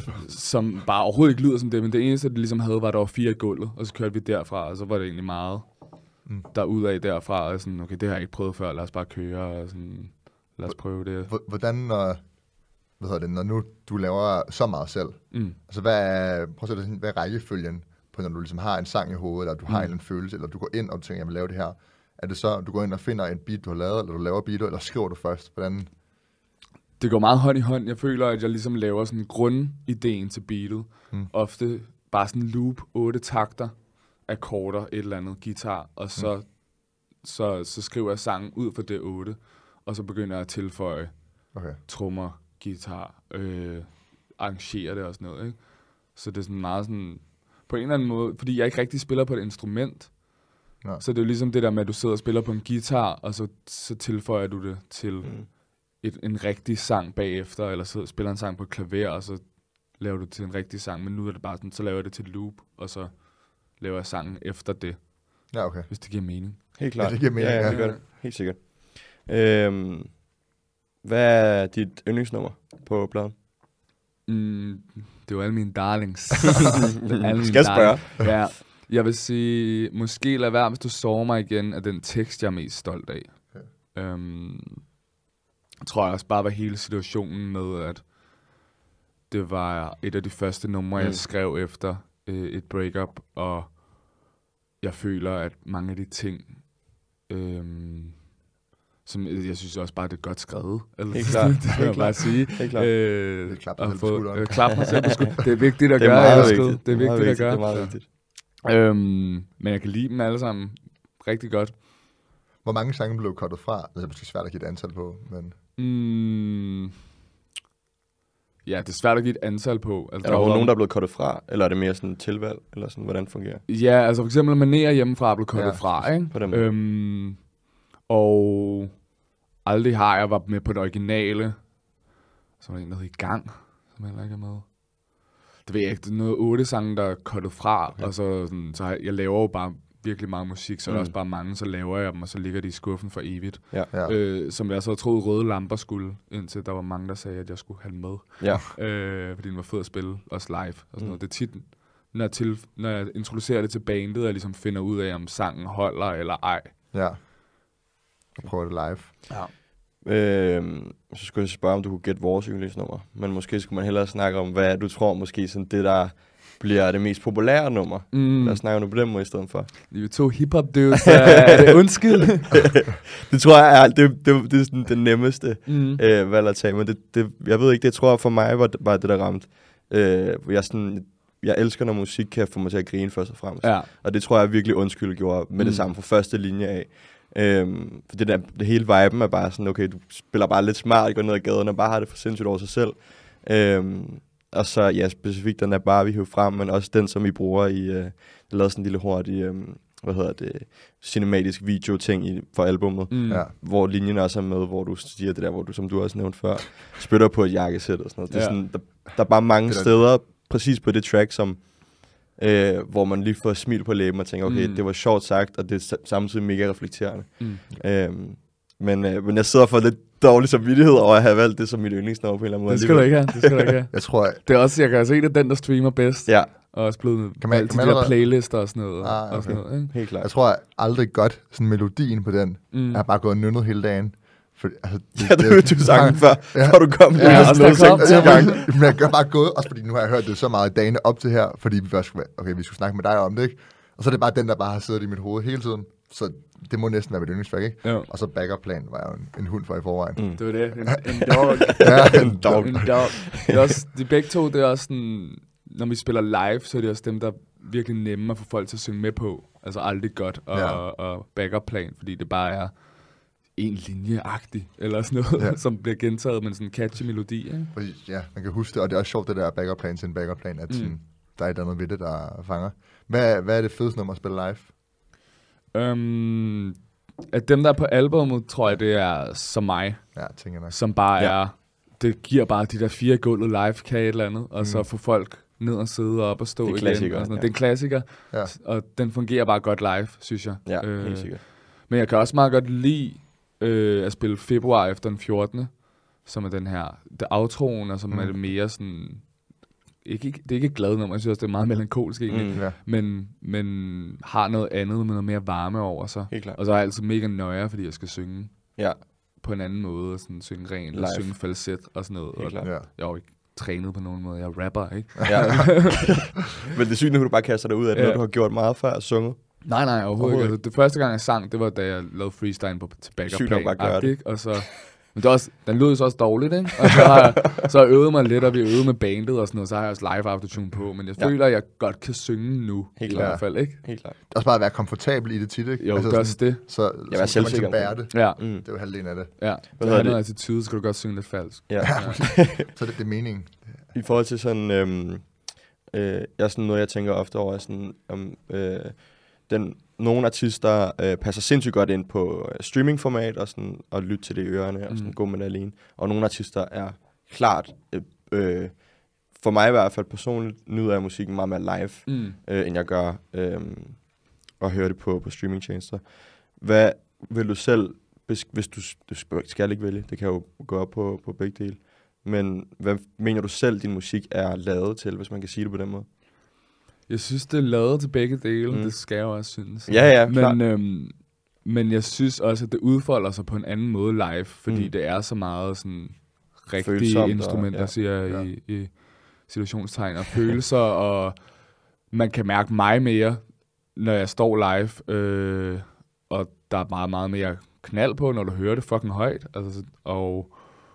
som bare overhovedet ikke lyder som det, men det eneste, det ligesom havde, var, at der var fire i gulvet, og så kørte vi derfra, og så var det egentlig meget mm. derudad derfra, og sådan, okay, det har jeg ikke prøvet før, lad os bare køre, og sådan, lad os prøve det. Hvordan, når, hvad hedder det, når nu du laver så meget selv, mm. altså hvad er, prøv at sætte sådan, hvad er rækkefølgen på, når du ligesom har en sang i hovedet, eller du har mm. en eller anden følelse, eller du går ind, og du tænker, jeg vil lave det her. Er det så, du går ind og finder en beat, du har lavet, eller du laver beatet, eller skriver du først? Hvordan? Det går meget hånd i hånd. Jeg føler, at jeg ligesom laver sådan grundideen til beatet. Mm. Ofte bare sådan en loop, otte takter, akkorder, et eller andet, guitar, og så, mm. så, så skriver jeg sangen ud for det otte, og så begynder jeg at tilføje okay. trommer, guitar, øh, arrangere det og sådan noget. Ikke? Så det er sådan meget sådan, på en eller anden måde, fordi jeg ikke rigtig spiller på et instrument, ja. Så det er jo ligesom det der med, at du sidder og spiller på en guitar, og så, så tilføjer du det til mm. et, en rigtig sang bagefter, eller så spiller en sang på et klaver, og så laver du til en rigtig sang, men nu er det bare sådan, så laver jeg det til et loop, og så laver jeg sangen efter det. Ja, okay. Hvis det giver mening. Helt klart. Ja, det giver mening. Ja, ja, det gør det. Helt sikkert. Øhm, hvad er dit yndlingsnummer på pladen? Mm, det er jo alle mine darlings. alle mine Skal jeg spørge? Ja. Jeg vil sige, måske lad være, hvis du sover mig igen, af den tekst, jeg er mest stolt af. Okay. Øhm, jeg tror jeg også bare var hele situationen med, at det var et af de første numre, mm. jeg skrev efter øh, et breakup, og jeg føler, at mange af de ting, øh, som jeg synes også bare, det er godt skrevet. Eller, helt klart. Det vil jeg bare sige. Helt klart. Øh, det er klap mig selv på skulderen. Øh, klap mig selv på skulderen. Det er vigtigt at det er gøre. Meget vigtigt. vigtigt. Det er vigtigt, vigtigt at gøre. Det er meget vigtigt. Øhm, men jeg kan lide dem alle sammen rigtig godt. Hvor mange sange blev cuttet fra? Det er måske svært at give et antal på, men... Mm, ja, det er svært at give et antal på. Altså, er der, der nogen, der er blevet cuttet fra? Eller er det mere sådan tilvalg? Eller sådan, hvordan fungerer det? Ja, altså for eksempel Manér hjemmefra er blevet cuttet ja, fra, ikke? På den øhm, og aldrig har jeg været med på det originale. Så var der en, der hed I Gang, som heller ikke er med. Det ved jeg ikke, det er noget otte sange, der er cuttet fra, okay. Og så, sådan, så jeg laver jo bare virkelig meget musik, så mm. er der også bare mange, så laver jeg dem, og så ligger de i skuffen for evigt. Ja. Ja. Øh, som jeg så troede Røde Lamper skulle, indtil der var mange, der sagde, at jeg skulle have den med. Ja. Øh, fordi den var fed at spille, også live og sådan mm. noget. Det er tit, når jeg, til, når jeg introducerer det til bandet, og jeg ligesom finder ud af, om sangen holder eller ej. Ja. Og prøver det live. Ja. Øhm, så skulle jeg spørge, om du kunne gætte vores yndlingsnummer. Men måske skulle man hellere snakke om, hvad du tror måske sådan det, der bliver det mest populære nummer. Mm. Lad os snakke om det på den måde i stedet for. Vi er to hiphop dudes. Er det undskyld? Det tror jeg er, det, det, det er sådan det nemmeste mm. øh, valg at tage. Men det, det, jeg ved ikke, det tror jeg for mig var, var det, der ramte. Øh, jeg, sådan, jeg elsker, når musik kan få mig til at grine først og fremmest. Ja. Og det tror jeg virkelig undskyld gjorde med mm. det samme fra første linje af. Øhm, for det, der, det hele viben er bare sådan, okay, du spiller bare lidt smart, går ned ad gaden og bare har det for sindssygt over sig selv. Øhm, og så, ja, specifikt den der bare, vi hæver frem, men også den, som I bruger i, øh, jeg lavede sådan en lille hurtig, øh, hvad hedder det, cinematisk video-ting i, for albummet, mm. ja, hvor linjen også er med, hvor du siger det der, hvor du, som du også nævnte før, spytter på et jakkesæt og sådan noget. Det er ja. sådan, der, der er bare mange det steder, præcis på det track, som Øh, hvor man lige får smil på læben og tænker, okay, mm. det var sjovt sagt, og det er samtidig mega reflekterende. Mm. Øhm, men, øh, men jeg sidder for lidt dårlig samvittighed over at have valgt det som mit yndlingsnummer på en eller anden måde. Det skal du ikke have, det skal du ikke have. Jeg tror, jeg... Det er også, jeg kan se, det er den, der streamer bedst. Ja. Og også blevet kan man, valgt kan til man de der playlister og sådan noget. Ah, okay. og sådan noget, ikke? Helt klart. Jeg tror jeg aldrig godt, sådan melodien på den, mm. jeg har bare gået og nynnet hele dagen. For, altså, det, ja, det hørte du sangen før, ja. før du kom. Ja, ja, også der kom. Ja, gang. Men jeg gør bare gået, også fordi nu har jeg hørt det så meget dagene op til her, fordi vi først skulle, okay, vi skulle snakke med dig om det, ikke? Og så er det bare den, der bare har siddet i mit hoved hele tiden. Så det må næsten være mit yndlingsværk, ikke? Ja. Og så Backup Plan var jo en, en hund for i forvejen. Mm. Det var det. En, en dog. Ja, en dog. En dog. Det er også, de begge to, det er også sådan, når vi spiller live, så er det også dem, der er virkelig nemme at få folk til at synge med på. Altså Aldrig Godt og, ja. og, og Backup Plan, fordi det bare er en linje-agtig, eller sådan noget, ja. Som bliver gentaget med sådan en catchy melodi, ikke? Præcis, ja, man kan huske det, og det er også sjovt, det der Backup Plan til en Backup Plan, at mm. sådan, der er et andet ved det, der fanger. Hvad, hvad er det fedeste nummer at spille live? Um, at dem, der er på albumet, tror jeg, det er som mig. Ja, tænker jeg. Som bare ja. er, det giver bare de der fire gulvet live, kan et eller andet, og mm. så få folk ned og sidde op og stå igen. Det er igen. Og ja. Det er en klassiker, ja. Og den fungerer bare godt live, synes jeg. Ja, øh, helt sikkert. Men jeg kan også meget godt lide øh, at spille Februar efter den fjortende, som er den her, det outroen, og som mm. er det mere sådan ikke, ikke, det er ikke et glad nummer, jeg synes også, det er meget melankolsk egentlig, Mm. Ja. men, men har noget andet med noget mere varme over sig. Helt klart. Og så er jeg altid mega nøje, fordi jeg skal synge Ja, på en anden måde, og sådan synge rent, Live. og synge falset og sådan noget. helt Og klart. Ja. jeg er jo ikke trænet på nogen måde, jeg er rapper, ikke? Ja. Men det er sygt, at du bare kaster dig ud af det, Ja. noget, du har gjort meget før og sunget. Nej, nej, overhovedet, Overhovedet ikke. Altså, det første gang, jeg sang, det var, da jeg lavede freestyle på tilbage Sygt nok bare gøre det. og så... Men det er også, den lød så også dårligt, ikke? Og så har, jeg, så har jeg øvet mig lidt, og vi har øvet med bandet og sådan noget, så har jeg også live autotune på, men jeg Ja. føler, at jeg godt kan synge nu, Helt i klart. hvert fald, ikke? Helt klart. Det er også bare at være komfortabel i det tit, ikke? Jo, altså, det er også det. Så, være så kan man selvsikker ligesom bære det. Ja, Mm. Det er jo halvdelen af det. ja. Hvad Det hedder handler det? attitude, så kan du godt synge lidt falsk. Ja. Så det, det er meningen. I forhold til sådan, øhm, øh, jeg er sådan noget, jeg tænker ofte over, er sådan, om øh, den, nogle artister øh, passer sindssygt godt ind på øh, streamingformat og sådan, og lytte til det i ørerne og sådan, Mm. gå med det alene. Og nogle artister er klart, øh, øh, for mig i hvert fald personligt, nyder jeg musikken meget mere live, Mm. øh, end jeg gør øh, og høre det på, på streamingtjenester. Hvad vil du selv, hvis, hvis du, du skal ikke vælge, det kan jo gå op på, på begge dele, men hvad mener du selv, din musik er lavet til, hvis man kan sige det på den måde? Jeg synes, det er lavet til begge dele, Mm. mm. det skal jeg jo også synes. Ja, ja, klart. men, øhm, men jeg synes også, at det udfolder sig på en anden måde live, fordi Mm. det er så meget sådan rigtige Følsomt og- instrumenter, ja. siger jeg Ja. i, i situationstegn, og følelser, og man kan mærke mig mere, når jeg står live, øh, og der er meget, meget mere knald på, når du hører det fucking højt, altså, og,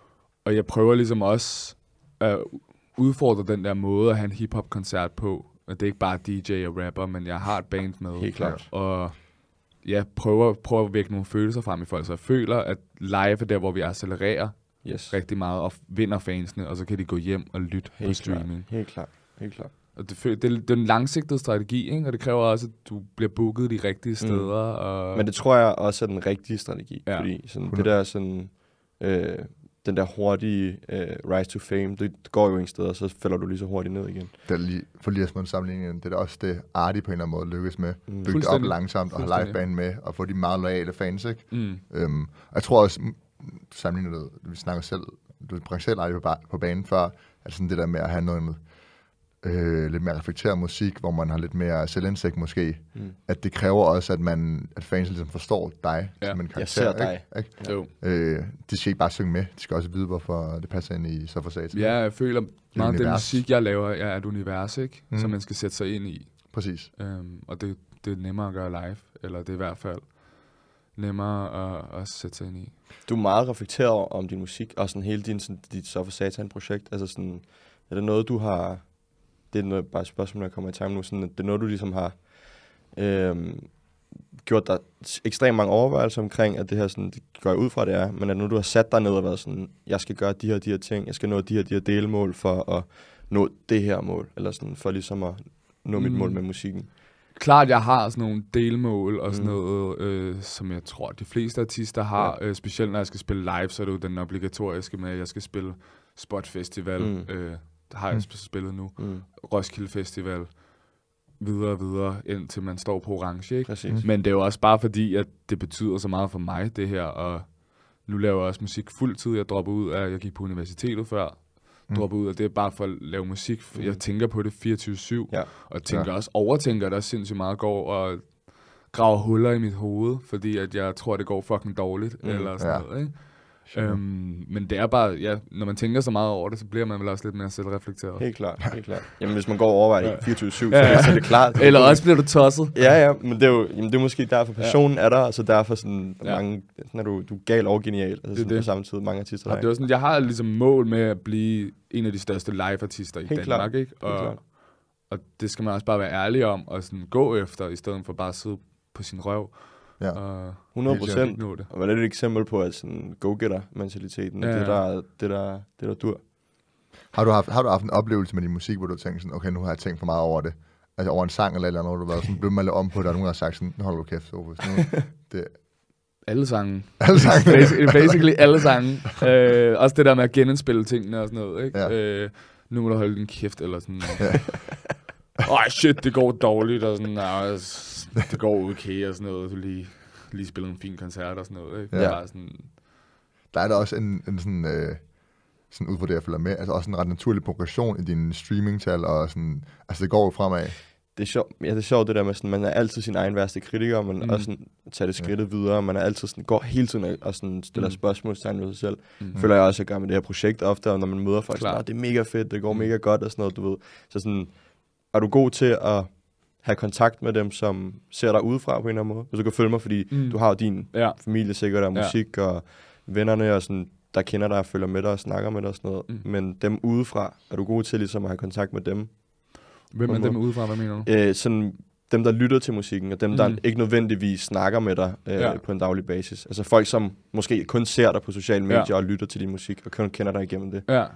og jeg prøver ligesom også at udfordre den der måde at have en hiphop-koncert på, og det er ikke bare D J og rapper, men jeg har et band med, Helt klart. og jeg prøver, prøver at vække nogle følelser frem i folk, så jeg føler, at live er der, hvor vi accelererer Yes. rigtig meget, og vinder fansene, og så kan de gå hjem og lytte på Helt klart. streaming. Helt klart. Helt klart. Og det, føl- det, er- det er en langsigtet strategi, ikke? Og det kræver også, at du bliver booket de rigtige steder. Mm. Og Men det tror jeg også er den rigtige strategi, Ja. fordi sådan, det hundrede. der sådan, øh, den der hurtige øh, rise to fame, det, det går jo ingen steder, så falder du lige så hurtigt ned igen. Det er lige, for lige at små en sammenligning, det er da også det, Artie på en eller anden måde lykkes med. Mm. Bygge det op Fuldstændig. langsomt og have Fuldstændig. liveband med, og få de meget loyale fans, ikke? mm. Øhm, og jeg tror også, mm, sammenlignet det, vi snakker selv, du bringer selv Artie på, ba- på banen før, at sådan det der med at have noget øh, lidt mere reflekteret musik, hvor man har lidt mere selvindsigt måske, Mm. at det kræver også, at man at fans ligesom forstår dig Ja. som en karakter. Jeg ser dig. Ikke? Ikke? Jo. Øh, de skal ikke bare synge med, de skal også vide, hvorfor det passer ind i så for satan. Ja, jeg føler meget, at den univers. musik, jeg laver, er et univers, ikke? Mm. Mm. Som man skal sætte sig ind i. Præcis. Um, og det, det er nemmere at gøre live, eller det er i hvert fald nemmere at, at sætte sig ind i. Du er meget reflekteret over om din musik, og sådan hele din, sådan, dit Så for Satan-projekt. Altså sådan, er det noget, du har... Det er noget, bare et spørgsmål, når jeg kommer i tanke nu. Sådan, at det er noget, du ligesom har øhm, gjort dig ekstremt mange overvejelser omkring, at det her sådan, det går jeg ud fra, det er, men at nu du har sat dig ned og været sådan, jeg skal gøre de her, de her ting, jeg skal nå de her, de her delmål for at nå det her mål, eller sådan, for ligesom at nå mit Mm. mål med musikken. Klart, jeg har sådan nogle delmål og sådan Mm. noget, øh, som jeg tror, de fleste artister har. Ja. Øh, specielt når jeg skal spille live, så er det jo den obligatoriske med, at jeg skal spille Spot Festival. Mm. Øh, det har jeg Mm. sp- spillet nu. Mm. Roskilde Festival. Videre og videre, indtil man står på orange, ikke? Præcis. Mm. Men det er jo også bare fordi, at det betyder så meget for mig, det her. Og nu laver jeg også musik fuldtid. Jeg dropper ud af, jeg gik på universitetet før. Mm. Dropper ud af, det er bare for at lave musik. Mm. Jeg tænker på det fireogtyve syv. Ja. Og tænker Ja. også, overtænker det også sindssygt meget, går og graver huller i mit hoved, fordi at jeg tror, det går fucking dårligt, Mm. mm. eller sådan Ja. noget, ikke? Sure. Øhm, men det er bare, ja, når man tænker så meget over det, så bliver man vel også lidt mere selvreflekteret. Helt klart, helt klart. Jamen, hvis man går og overvejer det Ja. fireogtyve syv, Ja, så, ja. så er det klart. Eller også bliver du tosset. Ja, ja, men det er jo jamen, det er måske derfor, passionen er der, og så derfor sådan, Ja. mange, sådan er du, du er gal og genial, altså Det er sådan, det. på samme tid, mange artister, Og der det var sådan, jeg har ligesom mål med at blive en af de største live-artister i Helt Danmark, klart. ikke? Helt Og, klart. og det skal man også bare være ærlig om, og sådan gå efter, i stedet for bare at sidde på sin røv. Ja. Og hundrede ikke procent. nå det. Og hvad er det et eksempel på, at sådan go-getter-mentaliteten, Ja, ja, det, ja. der, det, der, det der dur? Har du, haft, har du haft en oplevelse med din musik, hvor du tænker sådan, okay, nu har jeg tænkt for meget over det? Altså over en sang eller et eller andet, hvor du har været sådan, blevet man lidt om på det, og nogen har sagt sådan, nu holder du kæft, Sofus. Nu, det, Alle sange. alle sangene. Basically, basically alle sange. Øh, også det der med at genindspille tingene og sådan noget, ikke? Ja. Øh, nu må du holde din kæft, eller sådan. Ja. Ej, shit, det går dårligt, og sådan, nej, det går okay, og sådan noget. Du lige, lige spiller en fin koncert og sådan noget, ikke? Ja. Det er bare sådan, Der er der også en, en sådan, øh, sådan ud fra det, jeg følger med. Altså også en ret naturlig progression i dine streamingtal, og sådan, altså det går jo fremad. Det er sjovt, ja, det er sjovt det der med, sådan, man er altid sin egen værste kritiker, men mm. også sådan, tager det skridtet ja. videre, man er altid sådan, går hele tiden og sådan, stiller mm. spørgsmålstegn ved sig selv. Mm. Føler jeg også, at jeg gør med det her projekt ofte, og når man møder folk, sådan, det er mega fedt, det går mm. mega godt og sådan noget, du ved. Så sådan, er du god til at have kontakt med dem, som ser dig udefra på en eller anden måde? Hvis du kan følge mig, fordi mm. du har jo din ja. familie sikkert, og musik, ja. og vennerne, og sådan, der kender dig og følger med dig og snakker med dig og sådan noget. Mm. Men dem udefra, er du god til ligesom at have kontakt med dem? Hvem er dem udefra, hvad mener du? Øh, sådan dem, der lytter til musikken, og dem, mm. der ikke nødvendigvis snakker med dig øh, ja. på en daglig basis. Altså folk, som måske kun ser dig på sociale medier ja. og lytter til din musik, og kun kender dig igennem det. Ja,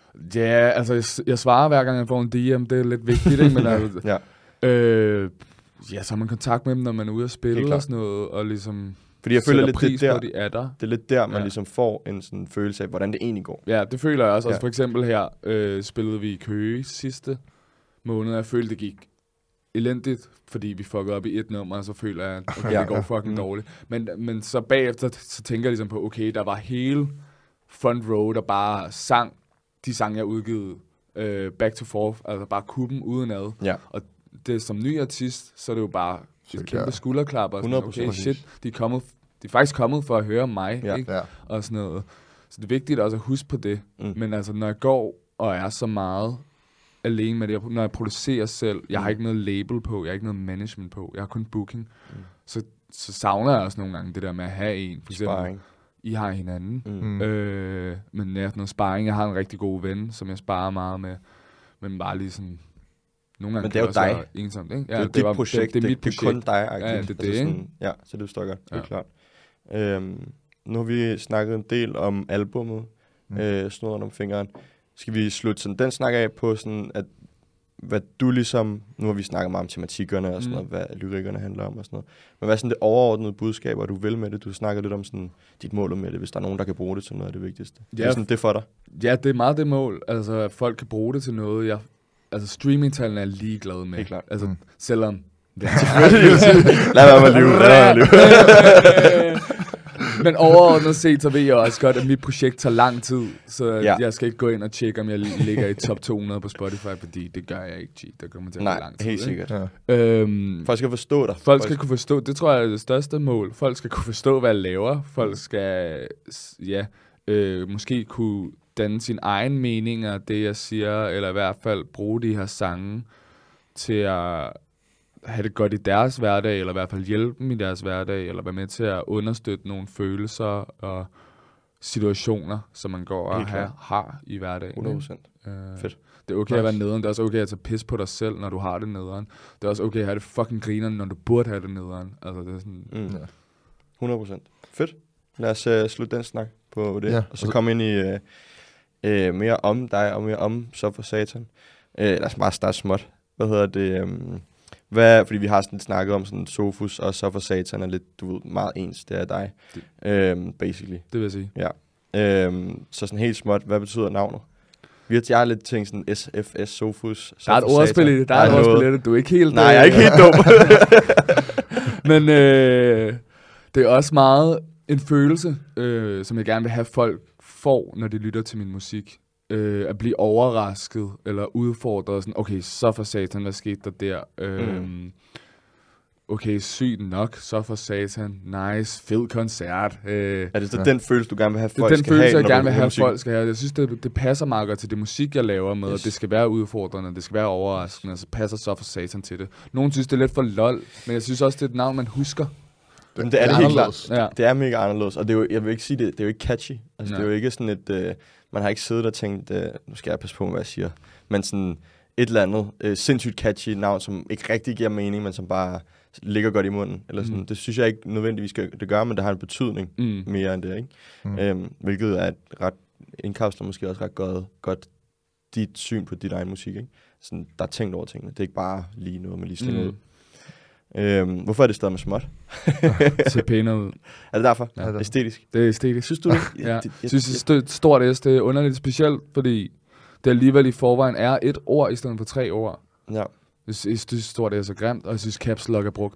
ja altså jeg, jeg svarer hver gang, jeg får en D M, det er lidt vigtigt, ikke? Men altså, ja. Øh, ja, så har man kontakt med dem, når man er ude at spille og sådan noget, og ligesom... Fordi jeg føler lidt, det der, de er der. Det er lidt der, man ja. ligesom får en sådan følelse af, hvordan det egentlig går. Ja, det føler jeg også. Ja. Altså for eksempel her øh, spillede vi i Køge sidste måned, jeg følte, det gik elendigt, fordi vi fuckede op i et nummer, og så føler jeg, at okay, ja, det går fucking ja. dårligt. Men, men så bagefter, så tænker jeg ligesom på, okay, der var hele front row, der bare sang de sange, jeg udgivet øh, back to forth, altså bare kuppen udenad. Ja. Og det som ny artist, så er det jo bare et kæmpe ja. skulderklap, og sådan, okay, shit, de er, kommet, de er faktisk kommet for at høre mig, ja. ikke? Ja. Og sådan noget. Så det er vigtigt også at huske på det. Mm. Men altså, når jeg går og er så meget alene med det, når jeg producerer selv, jeg har ikke noget label på, jeg har ikke noget management på, jeg har kun booking, mm. så, så savner jeg også nogle gange det der med at have en, for eksempel, sparring. I har hinanden, mm. øh, men ja, noget sparring, jeg har en rigtig god ven, som jeg sparer meget med, men bare lige sådan, nogle gange men det er jo dig. Ensomt, ikke? Ja, det er dit projekt, det, det, det, det er kun dig. Ja, ja, det er det, altså sådan, ja, så det står godt, ja. det er klart. Øhm, nu har vi snakket en del om albummet, mm. øh, Snuden om fingeren. Skal vi slutte sådan den snak af på sådan, at hvad du ligesom, nu har vi snakket meget om tematikkerne og sådan noget, mm. hvad lyrikkerne handler om og sådan noget, men hvad er sådan det overordnede budskaber, du vil med det? Du snakker lidt om sådan dit mål med det, hvis der er nogen, der kan bruge det til noget af det vigtigste. Ja, det er sådan det for dig? Ja, det er meget det mål, altså at folk kan bruge det til noget. Jeg, altså streamingtallene er ligeglade med. Helt klart. Altså mm. selvom... Lad være med at lyve, lad være med at lyve. Men overordnet set, så ved jeg også godt, at mit projekt tager lang tid, så ja. jeg skal ikke gå ind og tjekke, om jeg ligger i top to hundrede på Spotify, fordi det gør jeg ikke, G. Der kommer til at tage lang tid. Nej, helt sikkert. Ja. Øhm, folk skal forstå dig. Folk, folk skal kunne forstå, det tror jeg er det største mål. Folk skal kunne forstå, hvad jeg laver. Folk skal, ja, øh, måske kunne danne sin egen mening af det, jeg siger, eller i hvert fald bruge de her sange til at have det godt i deres hverdag, eller i hvert fald hjælpe dem i deres hverdag, eller være med til at understøtte nogle følelser og situationer, som man går og har, har i hverdagen. hundrede procent. Øh, Fedt. Det er okay nice. At være nederen. Det er også okay at tage pis på dig selv, når du har det nederen. Det er også okay at have det fucking grineren, når du burde have det nederen. Altså, det er sådan... Mm. Ja. hundrede procent. Fedt. Lad os uh, slutte den snak på det, ja. Og så komme ind i uh, uh, mere om dig, og mere om Så for Satan. Uh, lad os bare starte småt. Hvad hedder det... Um Hvad, fordi vi har sådan snakket om sådan Sofus og Så for Satan er lidt, du ved, meget ens, det er dig, øhm, basically. Det vil jeg sige. Ja. Øhm, så sådan helt småt, hvad betyder navnet? Vi har, jeg har lidt tænkt sådan S F S, Sofus, Så der er et ordspil i det, der er et ordspil i det, du er ikke helt... Nej, jeg er ikke helt dum. Men øh, det er også meget en følelse, øh, som jeg gerne vil have folk får, når de lytter til min musik. Øh, at blive overrasket eller udfordret, sådan, okay, Så for Satan, hvad skete der der? Øh, mm. Okay, sygt nok, Så for Satan, nice, fed koncert. Øh, er det så ja. den følelse, du gerne vil have, folk det er den skal følelse, have, jeg gerne vil have, folk skal have. Jeg synes, det, det passer meget godt til det musik, jeg laver med, yes. og det skal være udfordrende, det skal være overraskende, og så passer Så for Satan til det. Nogen synes, det er lidt for lol, men jeg synes også, det er et navn, man husker. Men det er det, det helt klart. Ja. Det er mega anderledes, og det er jo, jeg vil ikke sige det, det er jo ikke catchy. Altså, det er jo ikke sådan et... Øh, man har ikke siddet og tænkt, øh, nu skal jeg passe på, hvad jeg siger, men sådan et eller andet øh, sindssygt catchy navn, som ikke rigtig giver mening, men som bare ligger godt i munden. Eller sådan. Mm. Det synes jeg ikke nødvendigvis skal det gøre, men det har en betydning mm. mere end det, ikke? Mm. Øhm, hvilket er et ret indkapsler måske også ret godt, godt dit syn på dit egen musik, ikke? Sådan, der er tænkt over tingene. Det er ikke bare lige noget, man lige slinger mm. ud. Øhm, hvorfor er det stadig med småt? Det ser pænere ud. Er det derfor? Ja, det er æstetisk? Det er æstetisk. Synes du det? Ja. Jeg, jeg synes, det er stort S. Det er underligt specielt, fordi det alligevel i forvejen er et ord i stedet for tre ord. Ja. Jeg synes, stort S er grimt, og jeg synes, caps lock er brugt.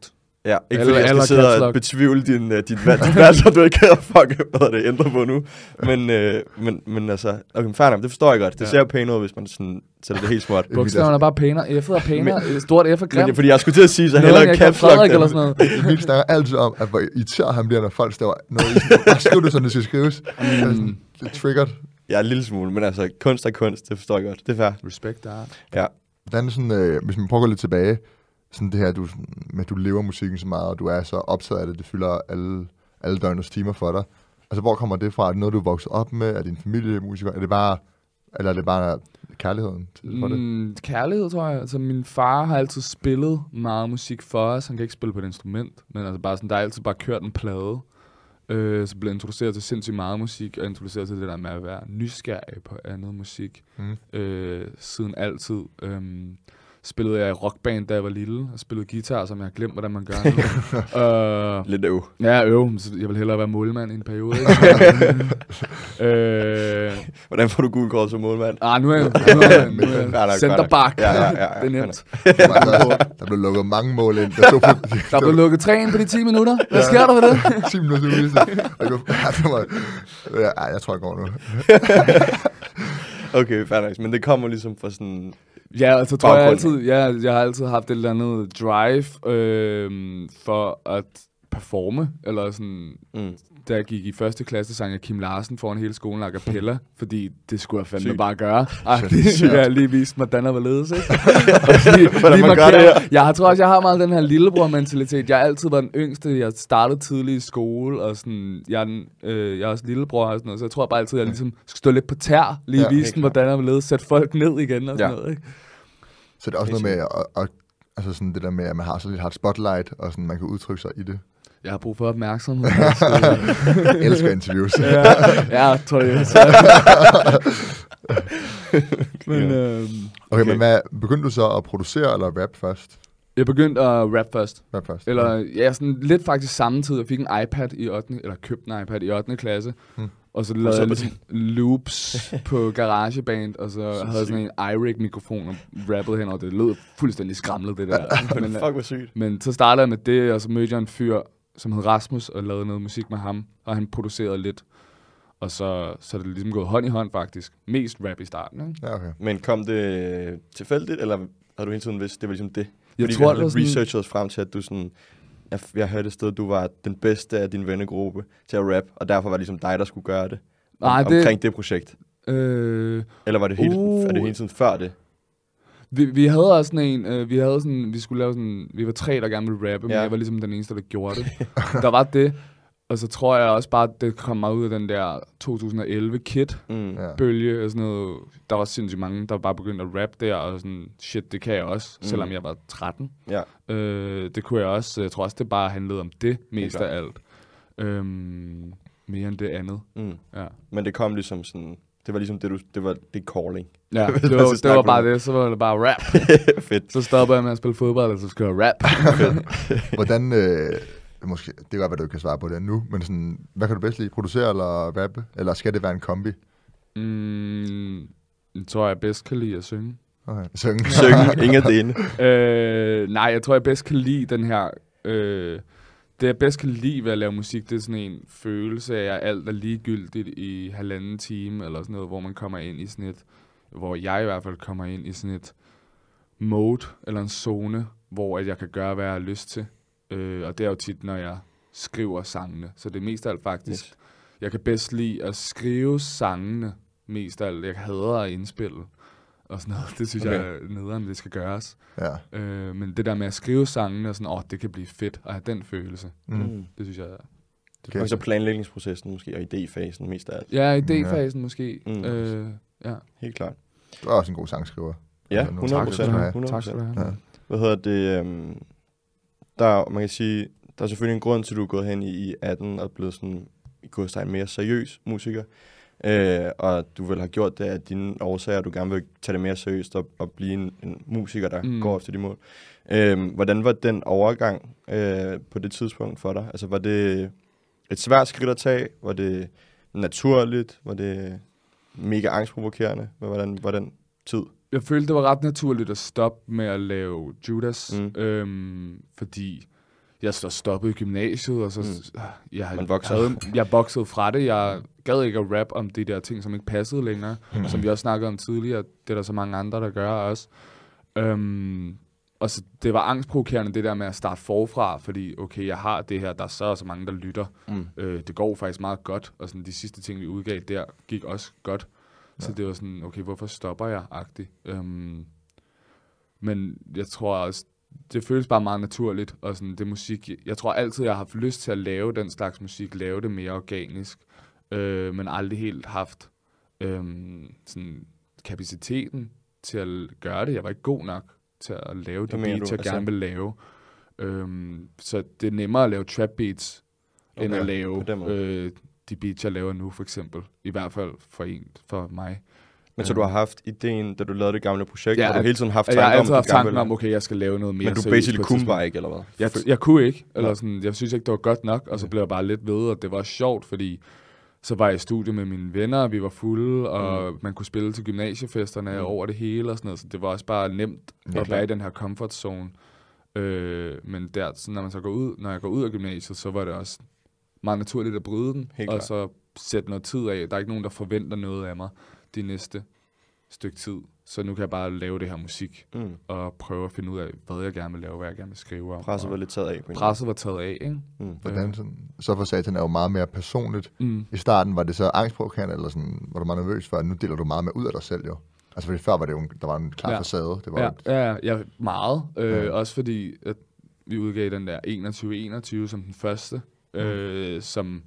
Ja, ikke Eller- fordi jeg eller skal sidde caps og lock. betvivle din, uh, dit valg, dit valg, så du ikke kan fuck, hvad det ændrer på nu. Men, øh, men, men altså, okay, fair nok, det forstår jeg godt. Det Ja. ser jo pænt ud, hvis man sådan sætter det helt småt. Bogstaverne er bare pænere. F'et er pænere. Et stort F er Men, grimt. fordi jeg skulle til at sige, så Noget, hellere jeg kan caps lock Frederik dem. eller sådan noget. Emil snakker altid om, at hvor irriteret han bliver, når folk staver noget. i sådan- Bare skriv det, sådan det skal skrives. Det er sådan lidt triggered. Ja, en lille smule, men altså, kunst er kunst, det forstår jeg godt. Det er fair. Respect that. Ja. Hvordan sådan, øh, hvis man prøver at gå lidt tilbage, sådan det her, du, sådan, med at du lever musikken så meget, og du er så optaget af det, det fylder alle, alle døgnets timer for dig. Altså, hvor kommer det fra? Er det noget, du er vokset op med? Er din familie musiker? Er det bare, eller er det bare kærligheden til for det? Mm, kærlighed, tror jeg. Altså, min far har altid spillet meget musik for os. Han kan ikke spille på et instrument, men altså bare sådan, der er altid bare kørt en plade. Øh, så blev jeg introduceret til sindssygt meget musik, og introduceret til det der med at være nysgerrig på andet musik. Mm. Øh, siden altid. Øhm, spillede jeg i rockband, da jeg var lille, og spillede guitar, som jeg har glemt, hvordan man gør nu. øh, Lidt øv. ja, øv. Så jeg vil hellere være målmand i en periode. Ikke? øh, Hvordan får du gul kort som målmand? ah, nu er jeg, nu er jeg, nu er Fair nok, jeg fair centerback. nok. Ja, ja, ja, ja. Det er nemt. Altså, der blev lukket mange mål ind. Der, stod på, Der blev lukket tre ind på de ti minutter. Hvad sker der ved det? ti minutter til udvise. Og det var, ja, det var, ja, jeg tror, jeg går nu. Okay, fair nok. Men det kommer ligesom fra sådan... Ja, altså tror jeg Baggrund. altid, ja, jeg har altid haft et eller andet drive øh, for at performe, eller sådan, Mm. da jeg gik i første klasse, sang jeg Kim Larsen foran hele skolen a cappella, fordi det skulle jeg fandme Sygt. bare gøre. Ej, det, Sygt. jeg har lige vist mig, hvordan jeg var ledes, ikke? Og lige, Hvordan man gør markere- det her. Jeg har- tror også, jeg har meget den her lillebror-mentalitet. Jeg har altid været den yngste. Jeg startede tidligt i skole, og sådan, jeg, er den, øh, jeg er også lillebror og sådan noget, så jeg tror bare altid, at jeg ligesom skal stå lidt på tær, lige Ja, ja, vise helt dem, klart. hvordan jeg var ledes, sætte folk ned igen og sådan Ja. noget, ikke? Så det er også noget med, at, at, altså sådan det der med, at man har så lidt har et spotlight, og sådan, man kan udtrykke sig i det. Jeg har brug for opmærksomhed. Jeg elsker interviews. ja, ja, tror jeg. men øhm, Okay, okay, men hvad, begyndte du så at producere eller rap først? jeg begyndte at rap først. Rap først. Eller ja, sådan lidt faktisk samtidig. Jeg fik en iPad i ottende eller købte en iPad i ottende klasse. Hmm. Og så så lavede jeg på ligesom loops på GarageBand, og så, Så havde jeg sådan en iRig-mikrofon og rappede henover. Det lød fuldstændig skramlet, det der. Men men, fuck, hvor sygt. men så startede jeg med det, og så mødte jeg en fyr, som hed Rasmus, og lavede noget musik med ham, og han producerede lidt. Og så, så er det ligesom gået hånd i hånd, faktisk. Mest rap i starten, ikke? Ja, okay. Men kom det tilfældigt, eller har du hele tiden vidst, det var ligesom det? Jeg Fordi tror, vi det havde var lidt sådan- researchet os frem til, at du sådan... Jeg, jeg hørte et sted, at du var den bedste af din vennegruppe til at rap, og derfor var det ligesom dig, der skulle gøre det. Om, Nej, det- Omkring det projekt. Øh, Eller var det hele, Uh. er det hele tiden før det? Vi, vi havde også sådan en, øh, vi havde sådan, vi skulle lave sådan, vi var tre, der gerne ville rappe, men Ja. jeg var ligesom den eneste, der gjorde det. Der var det, og så tror jeg også bare, at det kom meget ud af den der to tusind og elleve Kid-bølge, Mm. Ja. og sådan noget. Der var sindssygt mange, der bare begyndte at rappe der, og sådan, shit, det kan jeg også, Mm. selvom jeg var tretten. Ja. Øh, det kunne jeg også, jeg tror også, det bare handlede om det, mest klart. af alt. Øhm, mere end det andet, Mm. ja. Men det kom ligesom sådan... Det var ligesom det, du... Det var det calling. Ja, Hvis det man var, skal det snakke var på bare det. det, så var det bare rap. Fedt. Så stopper jeg med at spille fodbold, og så skal jeg rap. Hvordan, øh, måske, det kan godt være, du ikke kan svare på det nu, men sådan, hvad kan du bedst lide? Producere eller rappe? Eller skal det være en kombi? Mm, jeg tror, jeg bedst kan lide at synge. Okay. Synge. Synge, ingen af det ene. øh, nej, jeg tror, jeg bedst kan lide den her... Øh, det, jeg bedst kan lide ved at lave musik, det er sådan en følelse af, at alt er ligegyldigt i halvanden time, eller sådan noget, hvor man kommer ind i sådan et... Hvor jeg i hvert fald kommer ind i sådan et mode, eller en zone, hvor at jeg kan gøre, hvad jeg har lyst til. Øh, og det er jo tit, når jeg skriver sangene. Så det er mest af alt faktisk... Yes. Jeg kan bedst lide at skrive sangene, mest af alt. Jeg hader at indspille og sådan noget. Det synes okay. Okay. jeg er nederen, det skal gøres. Ja. Øh, men det der med at skrive sangene, og sådan, åh, det kan blive fedt at have den følelse. Mm. Mm. Det synes jeg er... Okay. Og så planlægningsprocessen måske, og idéfasen mest af alt. Ja, idéfasen måske. Mm. Øh, ja. Helt klart. Du er også en god sangskriver. Ja, Altså, nu- hundrede Tak skal procent. du have. hundrede Tak skal du procent. have. Ja. Hvad hedder det? Øhm, der, man kan sige, der er selvfølgelig en grund til, at du er gået hen i, i atten og blevet sådan, i godstegn mere seriøs musiker. Øh, og du vil have gjort det af dine årsager, at du gerne vil tage det mere seriøst og, og blive en, en musiker, der Mm. mm. går efter de mål. Øh, hvordan var den overgang øh, på det tidspunkt for dig? Altså var det et svært skridt at tage? Var det naturligt? Var det mega angstprovokerende? Hvordan var den tid? Jeg følte, det var ret naturligt at stoppe med at lave Judas, Mm. øhm, fordi jeg så stoppede i gymnasiet, og så Mm. jeg, Man voksede. havde, jeg voksede fra det. Jeg gad ikke at rap om de der ting, som ikke passede længere, Mm. som vi også snakkede om tidligere. Det er der så mange andre, der gør også. Øhm, og så det var angstprovokerende, det der med at starte forfra, fordi okay, jeg har det her, der er så og så mange, der lytter. Mm. Øh, det går faktisk meget godt, og sådan de sidste ting, vi udgav der, gik også godt. Så Ja. det var sådan, okay, hvorfor stopper jeg, agtigt. Øhm, men jeg tror også, det føles bare meget naturligt, og sådan det musik, jeg tror altid, jeg har haft lyst til at lave den slags musik, lave det mere organisk, øh, men aldrig helt haft øh, sådan kapaciteten til at gøre det. Jeg var ikke god nok til at lave de Hvad mener beats, du? jeg Altså- gerne vil lave. Øhm, så det er nemmere at lave trap beats, okay, end Okay, at lave på den måde. øh, de beats, jeg laver nu, for eksempel. I hvert fald for en, for mig. Men så du har haft ideen, da du lavede det gamle projekt, Ja, ja, har du hele tiden haft Jeg har tanker om, altid at haft du gerne tanken vil- om, okay, jeg skal lave noget mere Men du seriøst basically på et kunne tidspunkt. bare ikke, eller hvad? Jeg, jeg kunne ikke, eller Ja. sådan, jeg synes ikke, det var godt nok, og så Okay. blev jeg bare lidt ved, og det var sjovt, fordi så var jeg i studiet med mine venner, og vi var fulde, og Mm. man kunne spille til gymnasiefesterne Mm. over det hele, og sådan noget, så det var også bare nemt Ja, at klar. være i den her comfort zone. Øh, men der, så når man så går ud, når jeg går ud af gymnasiet, så var det også meget naturligt at bryde den, Helt og klart. så sætte noget tid af. Der er ikke nogen, der forventer noget af mig de næste stykke tid, så nu kan jeg bare lave det her musik, Mm. og prøve at finde ud af, hvad jeg gerne vil lave, hvad jeg gerne vil skrive om. Presset og var lidt taget af. På en presset var taget af, ikke? måde. Mm. Hvordan sådan, så for satan er jo meget mere personligt. Mm. I starten var det så angstprovokerende, eller sådan, var du meget nervøs for, at nu deler du meget mere ud af dig selv jo? Altså fordi før var det jo, en- der var en klar Ja. facade. Det var Ja, jo, ja, ja, ja, meget. Øh, Ja. Også fordi, at vi udgav den der enogtyve enogtyve som den første, Mm. øh, som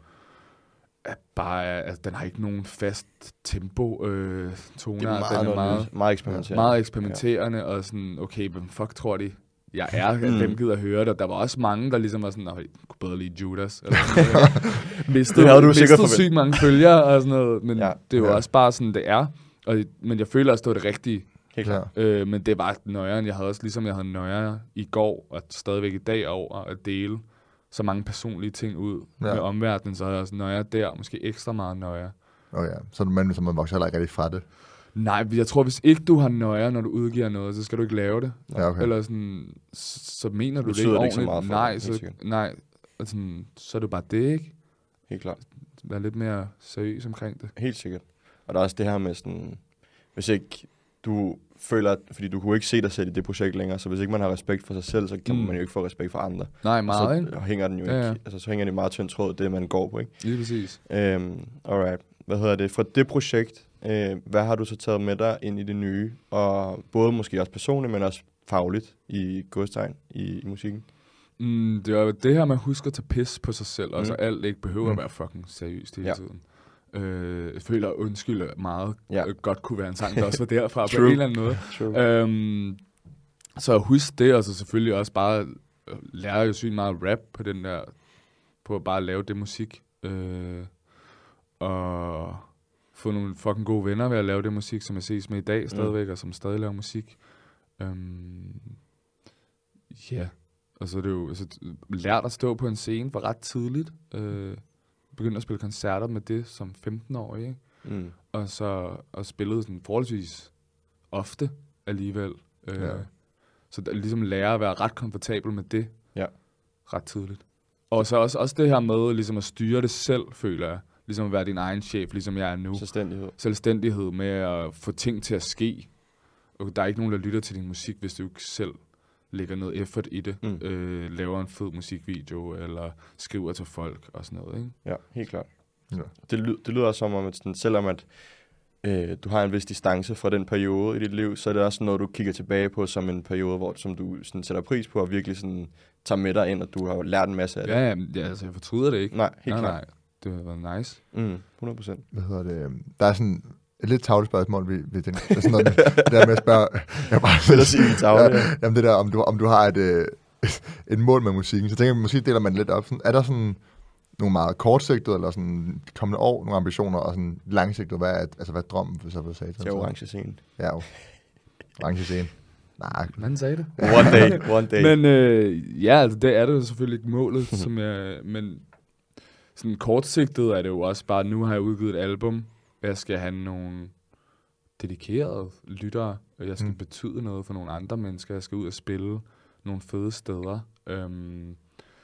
er bare, er- altså, den har ikke nogen fast tempo øh, toner. Det er meget, den er noget meget, nyt, meget eksperimenterende. meget eksperimenterende, og sådan, okay, hvem fuck tror de, jeg er? Mm. Hvem gider at høre det? Der var også mange, der ligesom var sådan, jeg kunne bedre lide Judas. Eller sådan noget. Mistede, Det havde du sikkert mistede forventet. sygt mange følgere og sådan noget, men Ja. ja. det er jo Ja. også bare sådan, det er. Og, men jeg føler også, det var det rigtige. Helt klart. ja. Øh, men det var nøjeren. Jeg havde også, ligesom jeg havde nøjere i går, og stadigvæk i dag over at dele så mange personlige ting ud Ja. ja. med omverdenen, så havde jeg også nøjere der, måske ekstra meget nøjere. Oh, ja. Så man, så man vokser heller ikke rigtig fra det. Nej, jeg tror, hvis ikke du har nøjere, når du udgiver noget, så skal du ikke lave det. Ja, okay. Eller sådan, så så mener du det Betyder ikke det ikke så ordentligt. meget for nej, dig, så, helt sikkert. nej altså, så er det bare det, ikke? Helt klart. Vær lidt mere seriøs omkring det. Helt sikkert. Og der er også det her med sådan, hvis ikke du føler, at, fordi du kunne ikke se dig selv i det projekt længere, så hvis ikke man har respekt for sig selv, så kan Mm. man jo ikke få respekt for andre. Nej, Og meget, så ikke? hænger den jo Ja, ikke, ja. altså så hænger det meget tynd tråd, det man går på, ikke? Lige præcis. Øhm, alright. Hvad hedder det? Fra det projekt, øh, hvad har du så taget med dig ind i det nye? Og både måske også personligt, men også fagligt i godstegn i, i musikken. Mm, det er jo det her med at huske at tage pis på sig selv, og så Mm. alt ikke behøver Mm. at være fucking seriøst hele Ja. tiden. Øh, jeg føler, undskyld meget Ja. øh, godt kunne være en sang, der også var derfra på True. en eller anden måde. True. Øhm, så husk det, og så selvfølgelig også bare øh, lære jo sygt meget rap på den der, på at bare lave det musik. Øh, og få nogle fucking gode venner ved at lave det musik, som jeg ses med i dag stadigvæk, mm. og som stadig laver musik. Øhm, ja, yeah. Og så er det jo altså, lært at stå på en scene for ret tidligt. Øh, begyndte at spille koncerter med det som femten-årig, ikke? Mm. Og så og spillede sådan forholdsvis ofte alligevel. Øh, Ja. Så der, ligesom lære at være ret komfortabel med det Ja. ret tidligt. Og så også, også det her med ligesom at styre det selv, føler jeg. Ligesom at være din egen chef, ligesom jeg er nu. Selvstændighed. Selvstændighed med at få ting til at ske. Og der er ikke nogen, der lytter til din musik, hvis du ikke selv lægger noget effort i det. Mm. Øh, laver en fed musikvideo, eller skriver til folk og sådan noget, ikke? Ja, helt klart. Ja. Det, ly- det lyder også som om, at sådan, selvom at, øh, du har en vis distance fra den periode i dit liv, så er det også noget, du kigger tilbage på som en periode, hvor som du sådan, sætter pris på, og virkelig sådan, tager med dig ind, og du har lært en masse af det. Ja, ja, ja, altså jeg fortryder det ikke. Nej, helt nej, klart. nej, det har været nice. Mm, hundrede procent. Hvad hedder det? øhm, Der er sådan et lidt tavligt spørgsmål ved, ved den. Det er sådan noget, det der med at spørge... Jeg bare, Fedt at sige, tavle, ja. Jamen det der, om du, om du har et, øh, et mål med musikken. Så tænker jeg, måske deler man lidt op. Sådan, er der sådan nogle meget kortsigtede, eller sådan de kommende år, nogle ambitioner, og sådan langsigtede, hvad er, altså, hvad er drømmen for så for satan? Det er orange scene. Ja, jo. Orange scene. Nej, Man sagde det. One day, one day. Men øh, ja, altså det er det jo selvfølgelig ikke målet, som jeg, men sådan kortsigtet er det jo også bare, nu har jeg udgivet et album, jeg skal have nogle dedikerede lyttere, og jeg skal Mm. mm. betyde noget for nogle andre mennesker, jeg skal ud og spille nogle fede steder. Øhm,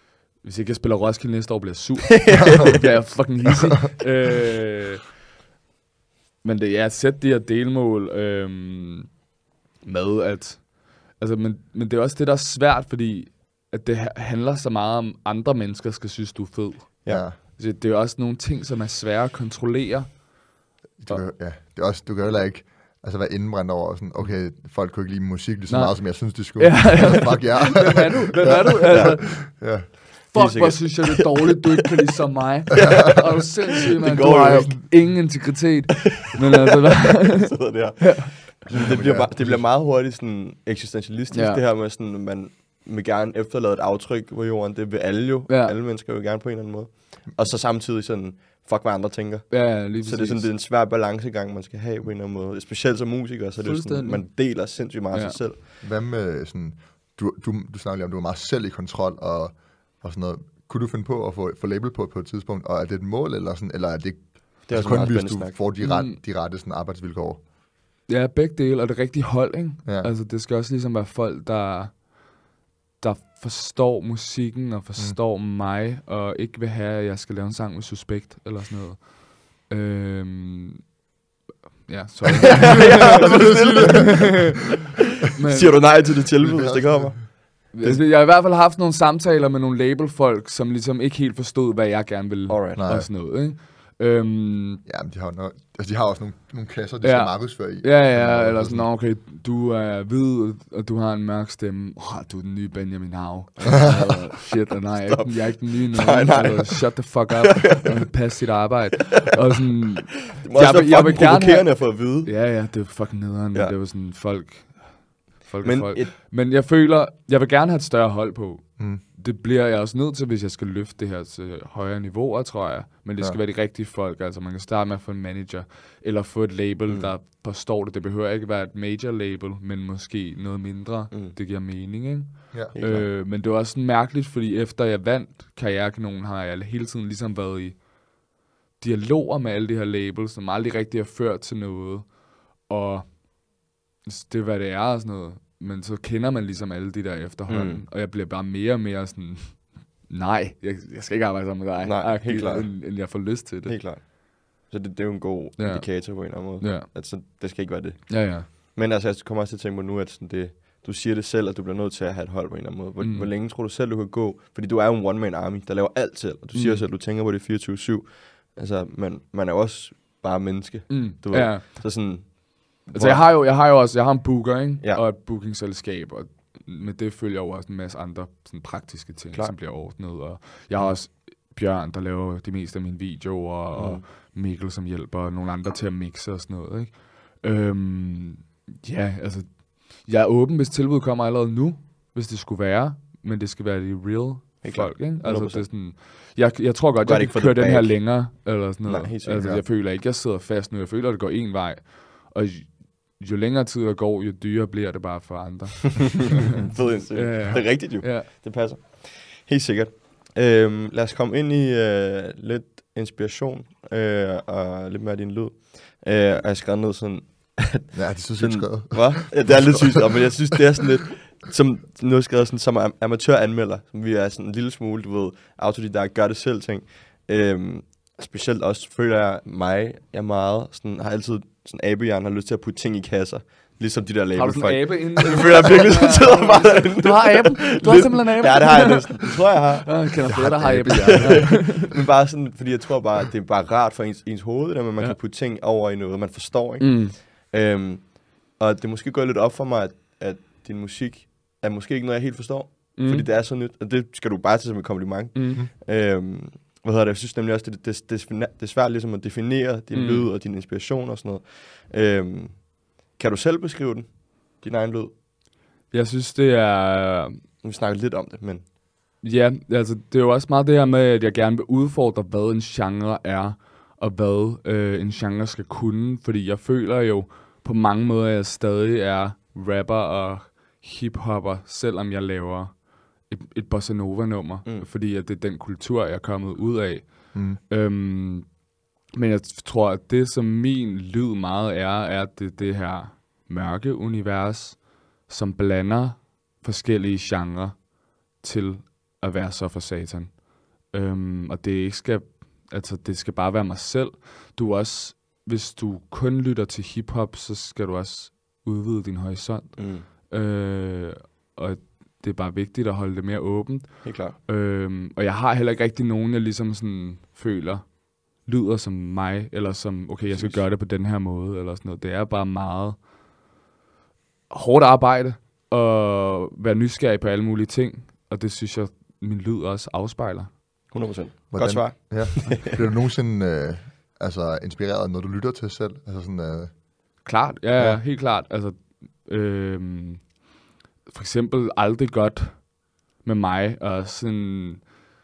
hvis ikke jeg spiller Roskilde næste år, bliver jeg sur. bliver jeg fucking hissig. øh, men det er at sætte de her delmål øh, med, at... Altså, men, men det er også det, der er svært, fordi at det handler så meget om, andre mennesker skal synes, du er fed. Ja. Så det er også nogle ting, som er svære at kontrollere. Du kan, ja, det er også, du kan heller ikke altså være indbrændt over sådan, okay, folk kunne ikke lide musik lige så Nej. meget, som jeg synes, de skulle. Ja, ja. Fuck ja. Hvem er du? Hvem er du? Altså, Ja. fuck, hvor synes jeg, det er dårligt, du ikke kan lide som mig. Og du er sindssygt, man. Du går har jo jo ikke. ingen integritet. Men altså, Så der. Det bliver, bare, det bliver meget hurtigt sådan eksistentialistisk, Ja. det her med sådan, man vil gerne efterlade et aftryk på jorden. Det vil alle jo. Ja. Alle mennesker vil gerne på en eller anden måde. Og så samtidig sådan, fuck hvad andre tænker. ja, lige Så det er, sådan, det er en svær balancegang, man skal have på en eller anden måde. Specielt som musiker, så er det jo sådan, Fuldstændig. man deler sindssygt meget Ja. af sig selv. Hvad med sådan, du, du, du snakker lige om, du er meget selv i kontrol og, og sådan noget. Kunne du finde på at få, få label på på et tidspunkt, og er det et mål, eller, sådan, eller er det, Det er altså også kun, meget hvis spændende du snak. får de, ret, Mm. de rette sådan, arbejdsvilkår? Ja, begge dele, og det rigtige hold, ikke? Ja. Altså, det skal også ligesom være folk, der, der forstår musikken og forstår mm. mig, og ikke vil have, at jeg skal lave en sang med Suspekt, eller sådan noget. Øhm, ja, sorry. Men, Siger du nej til det tilbud, hvis det kommer? altså, jeg har i hvert fald haft nogle samtaler med nogle labelfolk, som ligesom ikke helt forstod, hvad jeg gerne ville, Alright. Nej. og sådan noget, ikke? Øhm, Ja, men de har, jo noget, altså, de har også nogle, nogle kasser, de Ja. skal markedsføre i. Ja, ja, eller sådan, okay, du er hvid, og du har en mørk stemme. Åh, oh, du er den nye Benjamin Hav. uh, shit, og nej, jeg er, ikke, jeg er ikke den nye nogen. Nej, nej. Eller, shut the fuck up, og pas sit arbejde. Og sådan, Det må også vil- være vil fucking gerne provokerende at få at vide. ja, ja, det er fucking nederen, Ja. ja. Det var sådan, folk, folk Men er folk. et, Men jeg føler, jeg vil gerne have et større hold på. Mm. Det bliver jeg også nødt til, hvis jeg skal løfte det her til højere niveauer, tror jeg. Men det skal Ja. være de rigtige folk. Altså, man kan starte med at få en manager, eller få et label, Mm. mm. der forstår det. Det behøver ikke være et major label, men måske noget mindre. Mm. Det giver mening, ikke? Ja. Helt klart. Øh, men det var også sådan mærkeligt, fordi efter jeg vandt Karrierekanonen, har jeg hele tiden ligesom været i dialoger med alle de her labels, som aldrig rigtig har ført til noget. Og det er, hvad det er og sådan noget. Men så kender man ligesom alle de der efterhånden. Mm. Og jeg bliver bare mere og mere sådan, nej, jeg, jeg skal ikke arbejde sammen med dig. Nej, agtigt, helt klart. End, end jeg får lyst til det. Helt klart. Så det, det er jo en god Ja. indikator på en eller anden måde. Ja, Altså, det skal ikke være det. ja, ja. Men altså, jeg kommer også til at tænke på nu, at sådan det, du siger det selv, at du bliver nødt til at have et hold på en eller anden måde. Hvor, mm. Mm. hvor længe tror du selv, du kan gå? Fordi du er jo en one-man army, der laver alt selv. Og du siger Mm. selv, at du tænker på det fireogtyve syv. Altså, man, man er jo også bare menneske. Mm. Du ved. ja. Så sådan... Altså, jeg har jo, jeg har jo også, jeg har en booker, ikke? Ja. Og et bookingselskab, og med det følger jo også en masse andre sådan, praktiske ting, Klar. som bliver ordnet. Og jeg har også Bjørn, der laver de meste af mine videoer, mm. og Mikkel, som hjælper, og nogle andre til at mixe og sådan noget, ikke? Øhm, ja, altså, jeg er åben, hvis tilbuddet kommer allerede nu, hvis det skulle være, men det skal være de real Helt folk, ikke? hundrede Altså, procent. det er sådan, jeg, jeg tror godt, Gør det jeg ikke kan for køre the den her bag. længere, eller sådan noget. Nej, helt sikkert, altså, ja. jeg føler ikke, jeg sidder fast nu. Jeg føler, at det går en vej. Og jo længere tid der går, jo dyrere bliver det bare for andre. Fed indstilling. Ja, ja. Det er rigtigt jo. Ja. Det passer. Helt sikkert. Øhm, lad os komme ind i øh, lidt inspiration øh, og lidt mere af din lyd. Øh, og jeg har skrevet ned sådan... Ja, det synes jeg sådan skrevet. Hvad? Ja, det er lidt sygt, men jeg synes, det er sådan lidt... Som nu har jeg skrevet sådan, som am- amatøranmelder, som vi er sådan en lille smule, du ved, autodidakt, gør det selv ting. Øhm, specielt også føler jeg mig, jeg er meget, sådan, har altid sådan abehjern, har lyst til at putte ting i kasser. Ligesom de der labelfolk. Har du sådan en abe inde? Jeg føler jeg virkelig, sådan sidder bare derinde. Du har aben? Du har Lidt. simpelthen aben? Ja, det har jeg næsten. Det tror jeg, jeg har. Ja, jeg kender flere, der har abe, aben. Men bare sådan, fordi jeg tror bare, at det er bare rart for ens, ens hoved, at man Ja. kan putte ting over i noget, man forstår, ikke? Mm. Øhm, og det er måske gået lidt op for mig, at, at din musik er måske ikke noget, jeg helt forstår. Mm. Fordi det er så nyt, og det skal du bare tage som et kompliment. Mm. Øhm, hvad hedder det? Jeg synes nemlig også, det, det, det, det er svært ligesom at definere din Mm. mm. lyd og din inspiration og sådan noget. Øhm, kan du selv beskrive den? Din egen lyd? Jeg synes, det er... Vi snakker lidt om det, men... Ja, altså det er jo også meget det her med, at jeg gerne vil udfordre, hvad en genre er, og hvad øh, en genre skal kunne. Fordi jeg føler jo på mange måder, at jeg stadig er rapper og hiphopper, selvom jeg laver et, et bossa nova-nummer. Mm. Fordi at det er den kultur, jeg er kommet ud af. Mm. Øhm, men jeg tror, at det, som min lyd meget er, er at det, det her mørke univers, som blander forskellige genrer til at være så for satan. Øhm, og det ikke skal, altså det skal bare være mig selv. Du også, hvis du kun lytter til hiphop, så skal du også udvide din horisont. Mm. Øh, og det er bare vigtigt at holde det mere åbent. Helt klart. Øhm, og jeg har heller ikke rigtig nogen, jeg ligesom sådan føler lyder som mig, eller som, okay, jeg skal gøre det på den her måde, eller sådan noget. Det er bare meget hårdt arbejde, og være nysgerrig på alle mulige ting, og det synes jeg, min lyd også afspejler. hundrede procent. Godt svar. Ja. Bliver du nogensinde øh, altså, inspireret, når du lytter til selv? Altså sådan, øh... Klart, ja, ja, helt klart. Altså, øhm, for eksempel Aldrig Godt med mig, og sådan...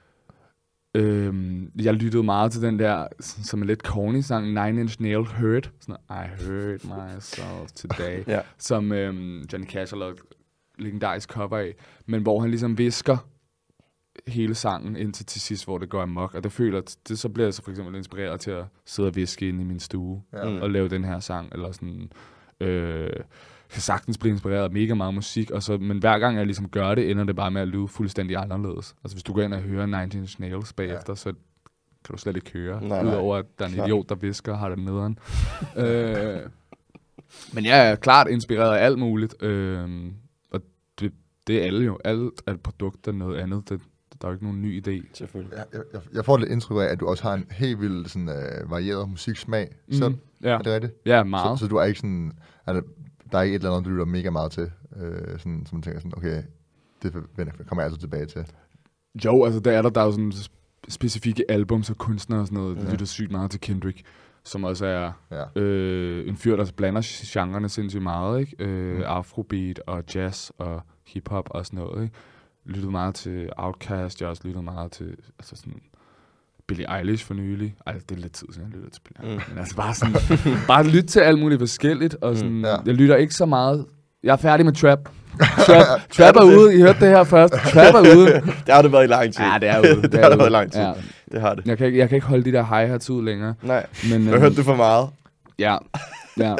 Øhm, jeg lyttede meget til den der, som er lidt corny sang, Nine Inch Nails Hurt. Sådan, I hurt myself today. Ja. Som øhm, Johnny Cash har lavet legendarisk cover af. Men hvor han ligesom visker hele sangen indtil til sidst, hvor det går amok. Og det føler, det, så bliver jeg så for eksempel inspireret til at sidde og viske inde i min stue. Ja. Og lave den her sang. Eller sådan... Øh, kan sagtens blive inspireret af mega meget musik, og så, men hver gang jeg ligesom gør det, ender det bare med at lyde fuldstændig anderledes. Altså hvis du går ind og hører Nine Inch Nails bagefter, ja. Så kan du slet ikke høre, nej, udover at der er en Klar. idiot, der visker, har det nederen. øh, men jeg er klart inspireret af alt muligt, øh, og det, det er alle jo. Alt er et produkt af noget andet. Det, der er jo ikke nogen ny idé. Selvfølgelig. Ja, jeg, jeg, jeg får lidt indtryk af, at du også har en helt vildt sådan, øh, varieret musiksmag selv. Mm, ja. Er det rigtigt? Ja, meget. Så, så du er ikke sådan... Er der er ikke et eller andet, du lytter mega meget til, øh, sådan, som tænker sådan, okay, det kommer jeg altså tilbage til. Jo, altså der er der, der er jo sådan specifikke albums og kunstnere og sådan noget, der ja. lytter sygt meget til Kendrick, som også er ja. øh, en fyr, der blander genrerne sindssygt meget, ikke? Øh, mm. Afrobeat og jazz og hiphop og sådan noget, ikke? Lyttede meget til Outkast, jeg har også lyttet meget til, altså sådan... Billie Eilish for nylig. Ej, det er lidt tid siden, jeg lytter til Billie Eilish. Mm. Men altså bare sådan, bare lytte til alt muligt forskelligt, og sådan, mm, ja. Jeg lytter ikke så meget. Jeg er færdig med trap. Trap, trap er ude. I hørte det her først. Trap er ude. Det har det været i lang tid. Ja, det er ude. Det, det har det været i lang tid. Ja. Det har det. Jeg kan, ikke, jeg kan ikke holde de der hi-hats ud længere. Nej, men, jeg har hørt det for meget. Ja, ja.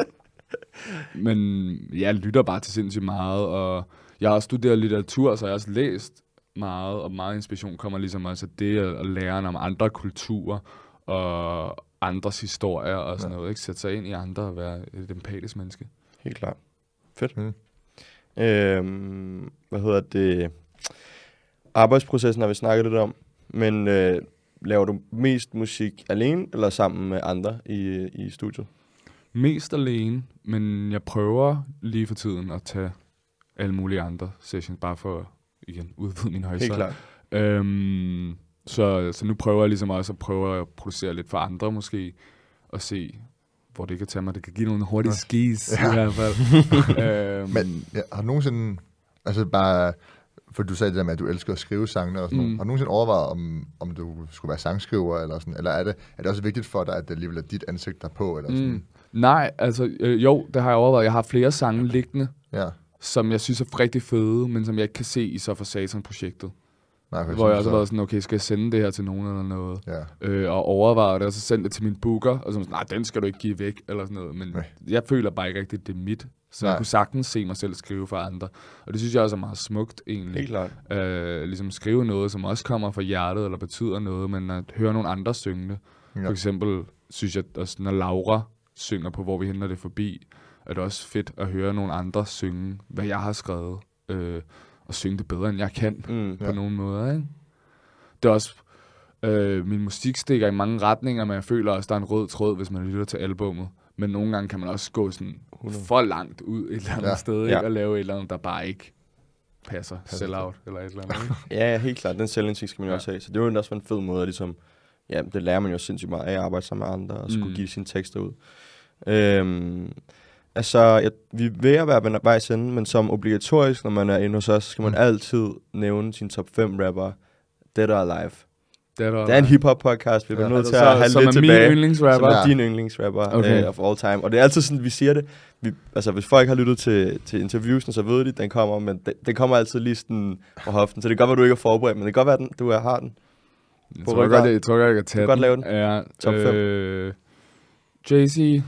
Men jeg lytter bare til sindssygt meget, og jeg har også studeret litteratur, så jeg har også læst meget, og meget inspiration kommer ligesom også af det, at lære om andre kulturer, og andres historier, og sådan ja. noget, ikke? Sætte sig ind i andre, og være et empatisk menneske. Helt klart. Fedt. Mm. Øhm, hvad hedder det? Arbejdsprocessen har vi snakket lidt om, men øh, laver du mest musik alene, eller sammen med andre i, i studiet? Mest alene, men jeg prøver lige for tiden at tage alle mulige andre sessions, bare for igen, udvide min horisont. Helt klart. Øhm, så, så nu prøver jeg ligesom også at prøve at producere lidt for andre måske, og se, hvor det kan tage mig. Det kan give nogle hurtige skis ja. i hvert fald. øhm, Men ja, har du nogensinde, altså bare, for du sagde det der med, at du elsker at skrive sangene og sådan mm. noget. Har du nogensinde overvejet, om, om du skulle være sangskriver, eller sådan, eller er det, er det også vigtigt for dig, at det alligevel er dit ansigt der på, eller sådan? Mm. Nej, altså øh, jo, det har jeg overvejet. Jeg har flere sange liggende, ja. som jeg synes er rigtig fede, men som jeg ikke kan se i Så for Satan-projektet. Nej, okay, hvor jeg også har været sådan, okay, skal jeg sende det her til nogen eller noget? Ja. Øh, og overvejet det, og så sendte det til min booker, og så sådan, nej, den skal du ikke give væk, eller sådan noget. Men nej. Jeg føler bare ikke rigtigt, det er mit. Så nej. Jeg kunne sagtens se mig selv skrive for andre. Og det synes jeg også er meget smukt, egentlig. Helt klart. Øh, ligesom skrive noget, som også kommer fra hjertet, eller betyder noget, men at høre nogle andre synge det. Ja. For eksempel synes jeg, at når Laura synger på Hvor vi henter det forbi, er det også fedt at høre nogle andre synge, hvad jeg har skrevet. Øh, og synge det bedre, end jeg kan, mm, på ja. nogle måder, ikke? Det er også... Øh, min musik stikker i mange retninger, men jeg føler også, der er en rød tråd, hvis man lytter til albummet. Men nogle gange kan man også gå sådan for langt ud et eller andet ja. sted, ikke? Ja. Og lave et eller andet, der bare ikke passer. Sell out, eller et eller andet, ikke? Ja, helt klart. Den selvindsigt skal man jo ja. også have. Så det er jo også en fed måde, at ligesom... Ja, det lærer man jo sindssygt meget af at arbejde sammen med andre, og skulle mm. give sine tekster ud. Øhm... Altså, jeg, vi er ved at være vejs ende, men som obligatorisk, når man er inde hos os, skal man mm. altid nævne sin top fem rapper, Dead or Alive. Dead or det er en hip-hop-podcast, vi er ja. nødt til at have så, lidt som tilbage. Som er min yndlingsrapper. Som er din yndlingsrapper okay. uh, of all time. Og det er altid sådan, vi siger det. Vi, altså, hvis folk har lyttet til, til interviewsene, så ved de, den kommer, men den, den kommer altid lige sådan på hoften. Så det kan godt være, du ikke er forberedt, men det kan godt være, den, du er, har den. Jeg tror godt, jeg, jeg tror godt, jeg kan tage den. Du kan godt lave den. Ja, top øh, fem. Jay-Z,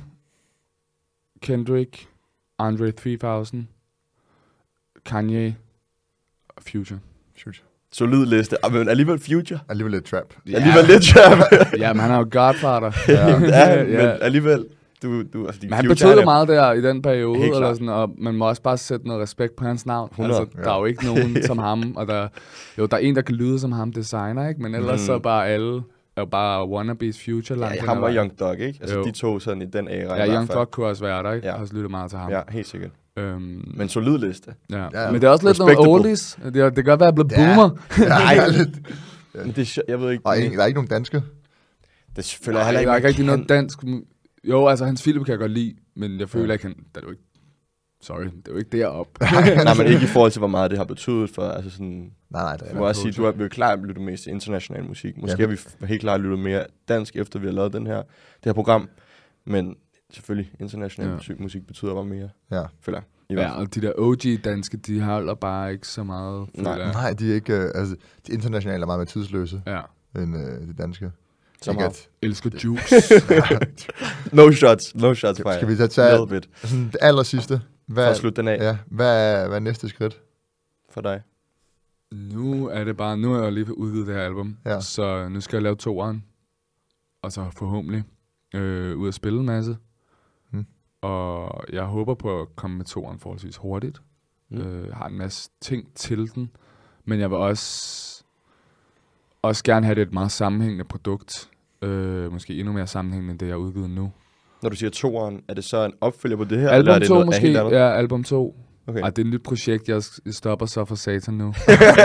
Kendrick, Andre three thousand, Kanye, Future. Future. Solid liste. Ah, men alligevel Future. Alligevel lidt trap. Ja. Alligevel lidt trap. Ja, men han er jo godfather. ja, ja, Ja. men alligevel. Du, du, altså, Men han Future, betød jo er- meget der i den periode, Helt eller klart. sådan, og man må også bare sætte noget respekt på hans navn. hundrede. Altså, der er jo ikke nogen som ham, og der, jo, der er en, der kan lyde som ham, designer, ikke? Men ellers Mm. så bare alle er jo bare wannabes Future langt Ja, hen ham ad og vejen. Young Dog, ikke? Altså, Jo. de to sådan i den æra. i Ja, hvert Young fald. Thug kunne også være der, ikke? Ja. Jeg har også lyttet meget til ham. Ja, helt sikkert. Øhm, Men solid liste. ja. Ja, Men det er også lidt noget respectable. oldies. Det, er- det kan godt være, at jeg er blevet Ja. boomer. Ja, ja, lidt. Men det er, sj- jeg ved ikke. Og ingen, der er ikke nogen danske. Det føler Nej, jeg heller ikke, der er ikke man rigtig kan. noget dansk. mu- Jo, altså hans film kan jeg godt lide, men jeg føler ikke, han... Det er jo ikke... Sorry, det er jo ikke derop. Nej, men ikke i forhold til, hvor meget det har betydet for, altså sådan... Nej, nej, det Jeg er må også sige, du har jo klart lyttet mest til international musik. Måske Ja. har vi f- helt klart lyttet mere dansk, efter vi har lavet den her, det her program. Men selvfølgelig, international Ja. musik, musik betyder bare mere, Ja. føler jeg. I hvert Ja, fald. og de der O G danske, de holder bare ikke så meget. føler Nej. jeg. Nej, de er ikke... Øh, altså, de internationale er meget mere tidsløse Ja. end øh, de danske. Som Ikke har- at- Elsker Juice. No shots, no shots fire. Skal vi så tage Little bit. sådan det aller sidste? For Hvad, at slutte den af ja, hvad, er, hvad er næste skridt? for dig. Nu er det bare, nu har jeg lige udgivet det her album, Ja. så nu skal jeg lave toeren, og så forhåbentlig øh, ud at spille en masse. Hmm. Og jeg håber på at komme med toeren forholdsvis hurtigt. Mm. Mm. Øh, jeg har en masse ting til den, men jeg vil også, også gerne have det et meget sammenhængende produkt. Øh, måske endnu mere sammenhængende end det, jeg har udgivet nu. Når du siger toeren, er det så en opfølger på det her? eller Album er det to noget måske, helt andet? ja, album to. Okay. Ej, det er et nyt projekt, jeg, jeg stopper så for satan nu.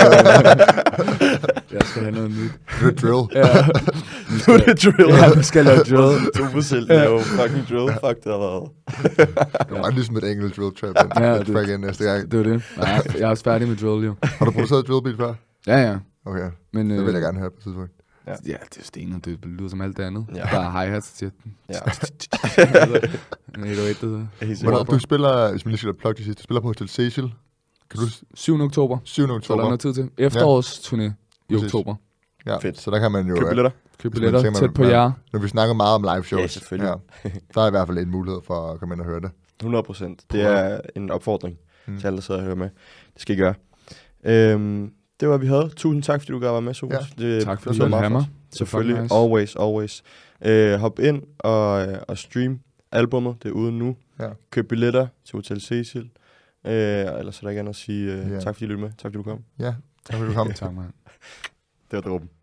Jeg skal have noget nyt. The drill. Ja, Nu er det drill. ja vi skal lave drill. to procent er jo fucking drill. Fuck, det har været. Det var ligesom et enkelt drill trap. Ja, Ja, det- track ind næste gang. Det var det. Nej, jeg er også færdig med drill, jo. Har du produceret drill beat før? Ja, ja. Okay, Men, det øh, vil jeg gerne høre på et tidspunkt. Ja, det er stenet. Det lyder som alt det andet. Ja. Ja. Der er hi-hats til. Ja. En et og et, det Helt Hvornår, sikkert. du spiller, hvis man lige skal plug det sidste, du spiller på Hotel Cecil. Kan du syvende oktober. syvende Så er der oktober? noget tid til. Efterårsturné i Præcis. oktober. Ja, Fedt. så der kan man jo... Køb øh, billetter. Køb Hvis man billetter tænker, tæt på man- jer. Når vi snakker meget om live shows, Ja, selvfølgelig. ja, der er i hvert fald en mulighed for at komme ind og høre det. hundrede procent. Det er en opfordring Mm. til alle, der sidder og hører med. Det skal I gøre. Øhm, det var, hvad vi havde. Tusind tak, fordi du gad være med, Sofus. Ja. Det Tak fordi betyder du meget ville have for mig. os. Selvfølgelig. fucking nice. Always, always. Øh, hop ind og, og stream albummet. Det er ude nu. Ja. Køb billetter til Hotel Cecil. Øh, ellers er der ikke andet at sige. Øh, Ja. Tak fordi I lyttede med. Tak fordi du kom. Ja, tak fordi du kom. Tak, mand. Det var dråben.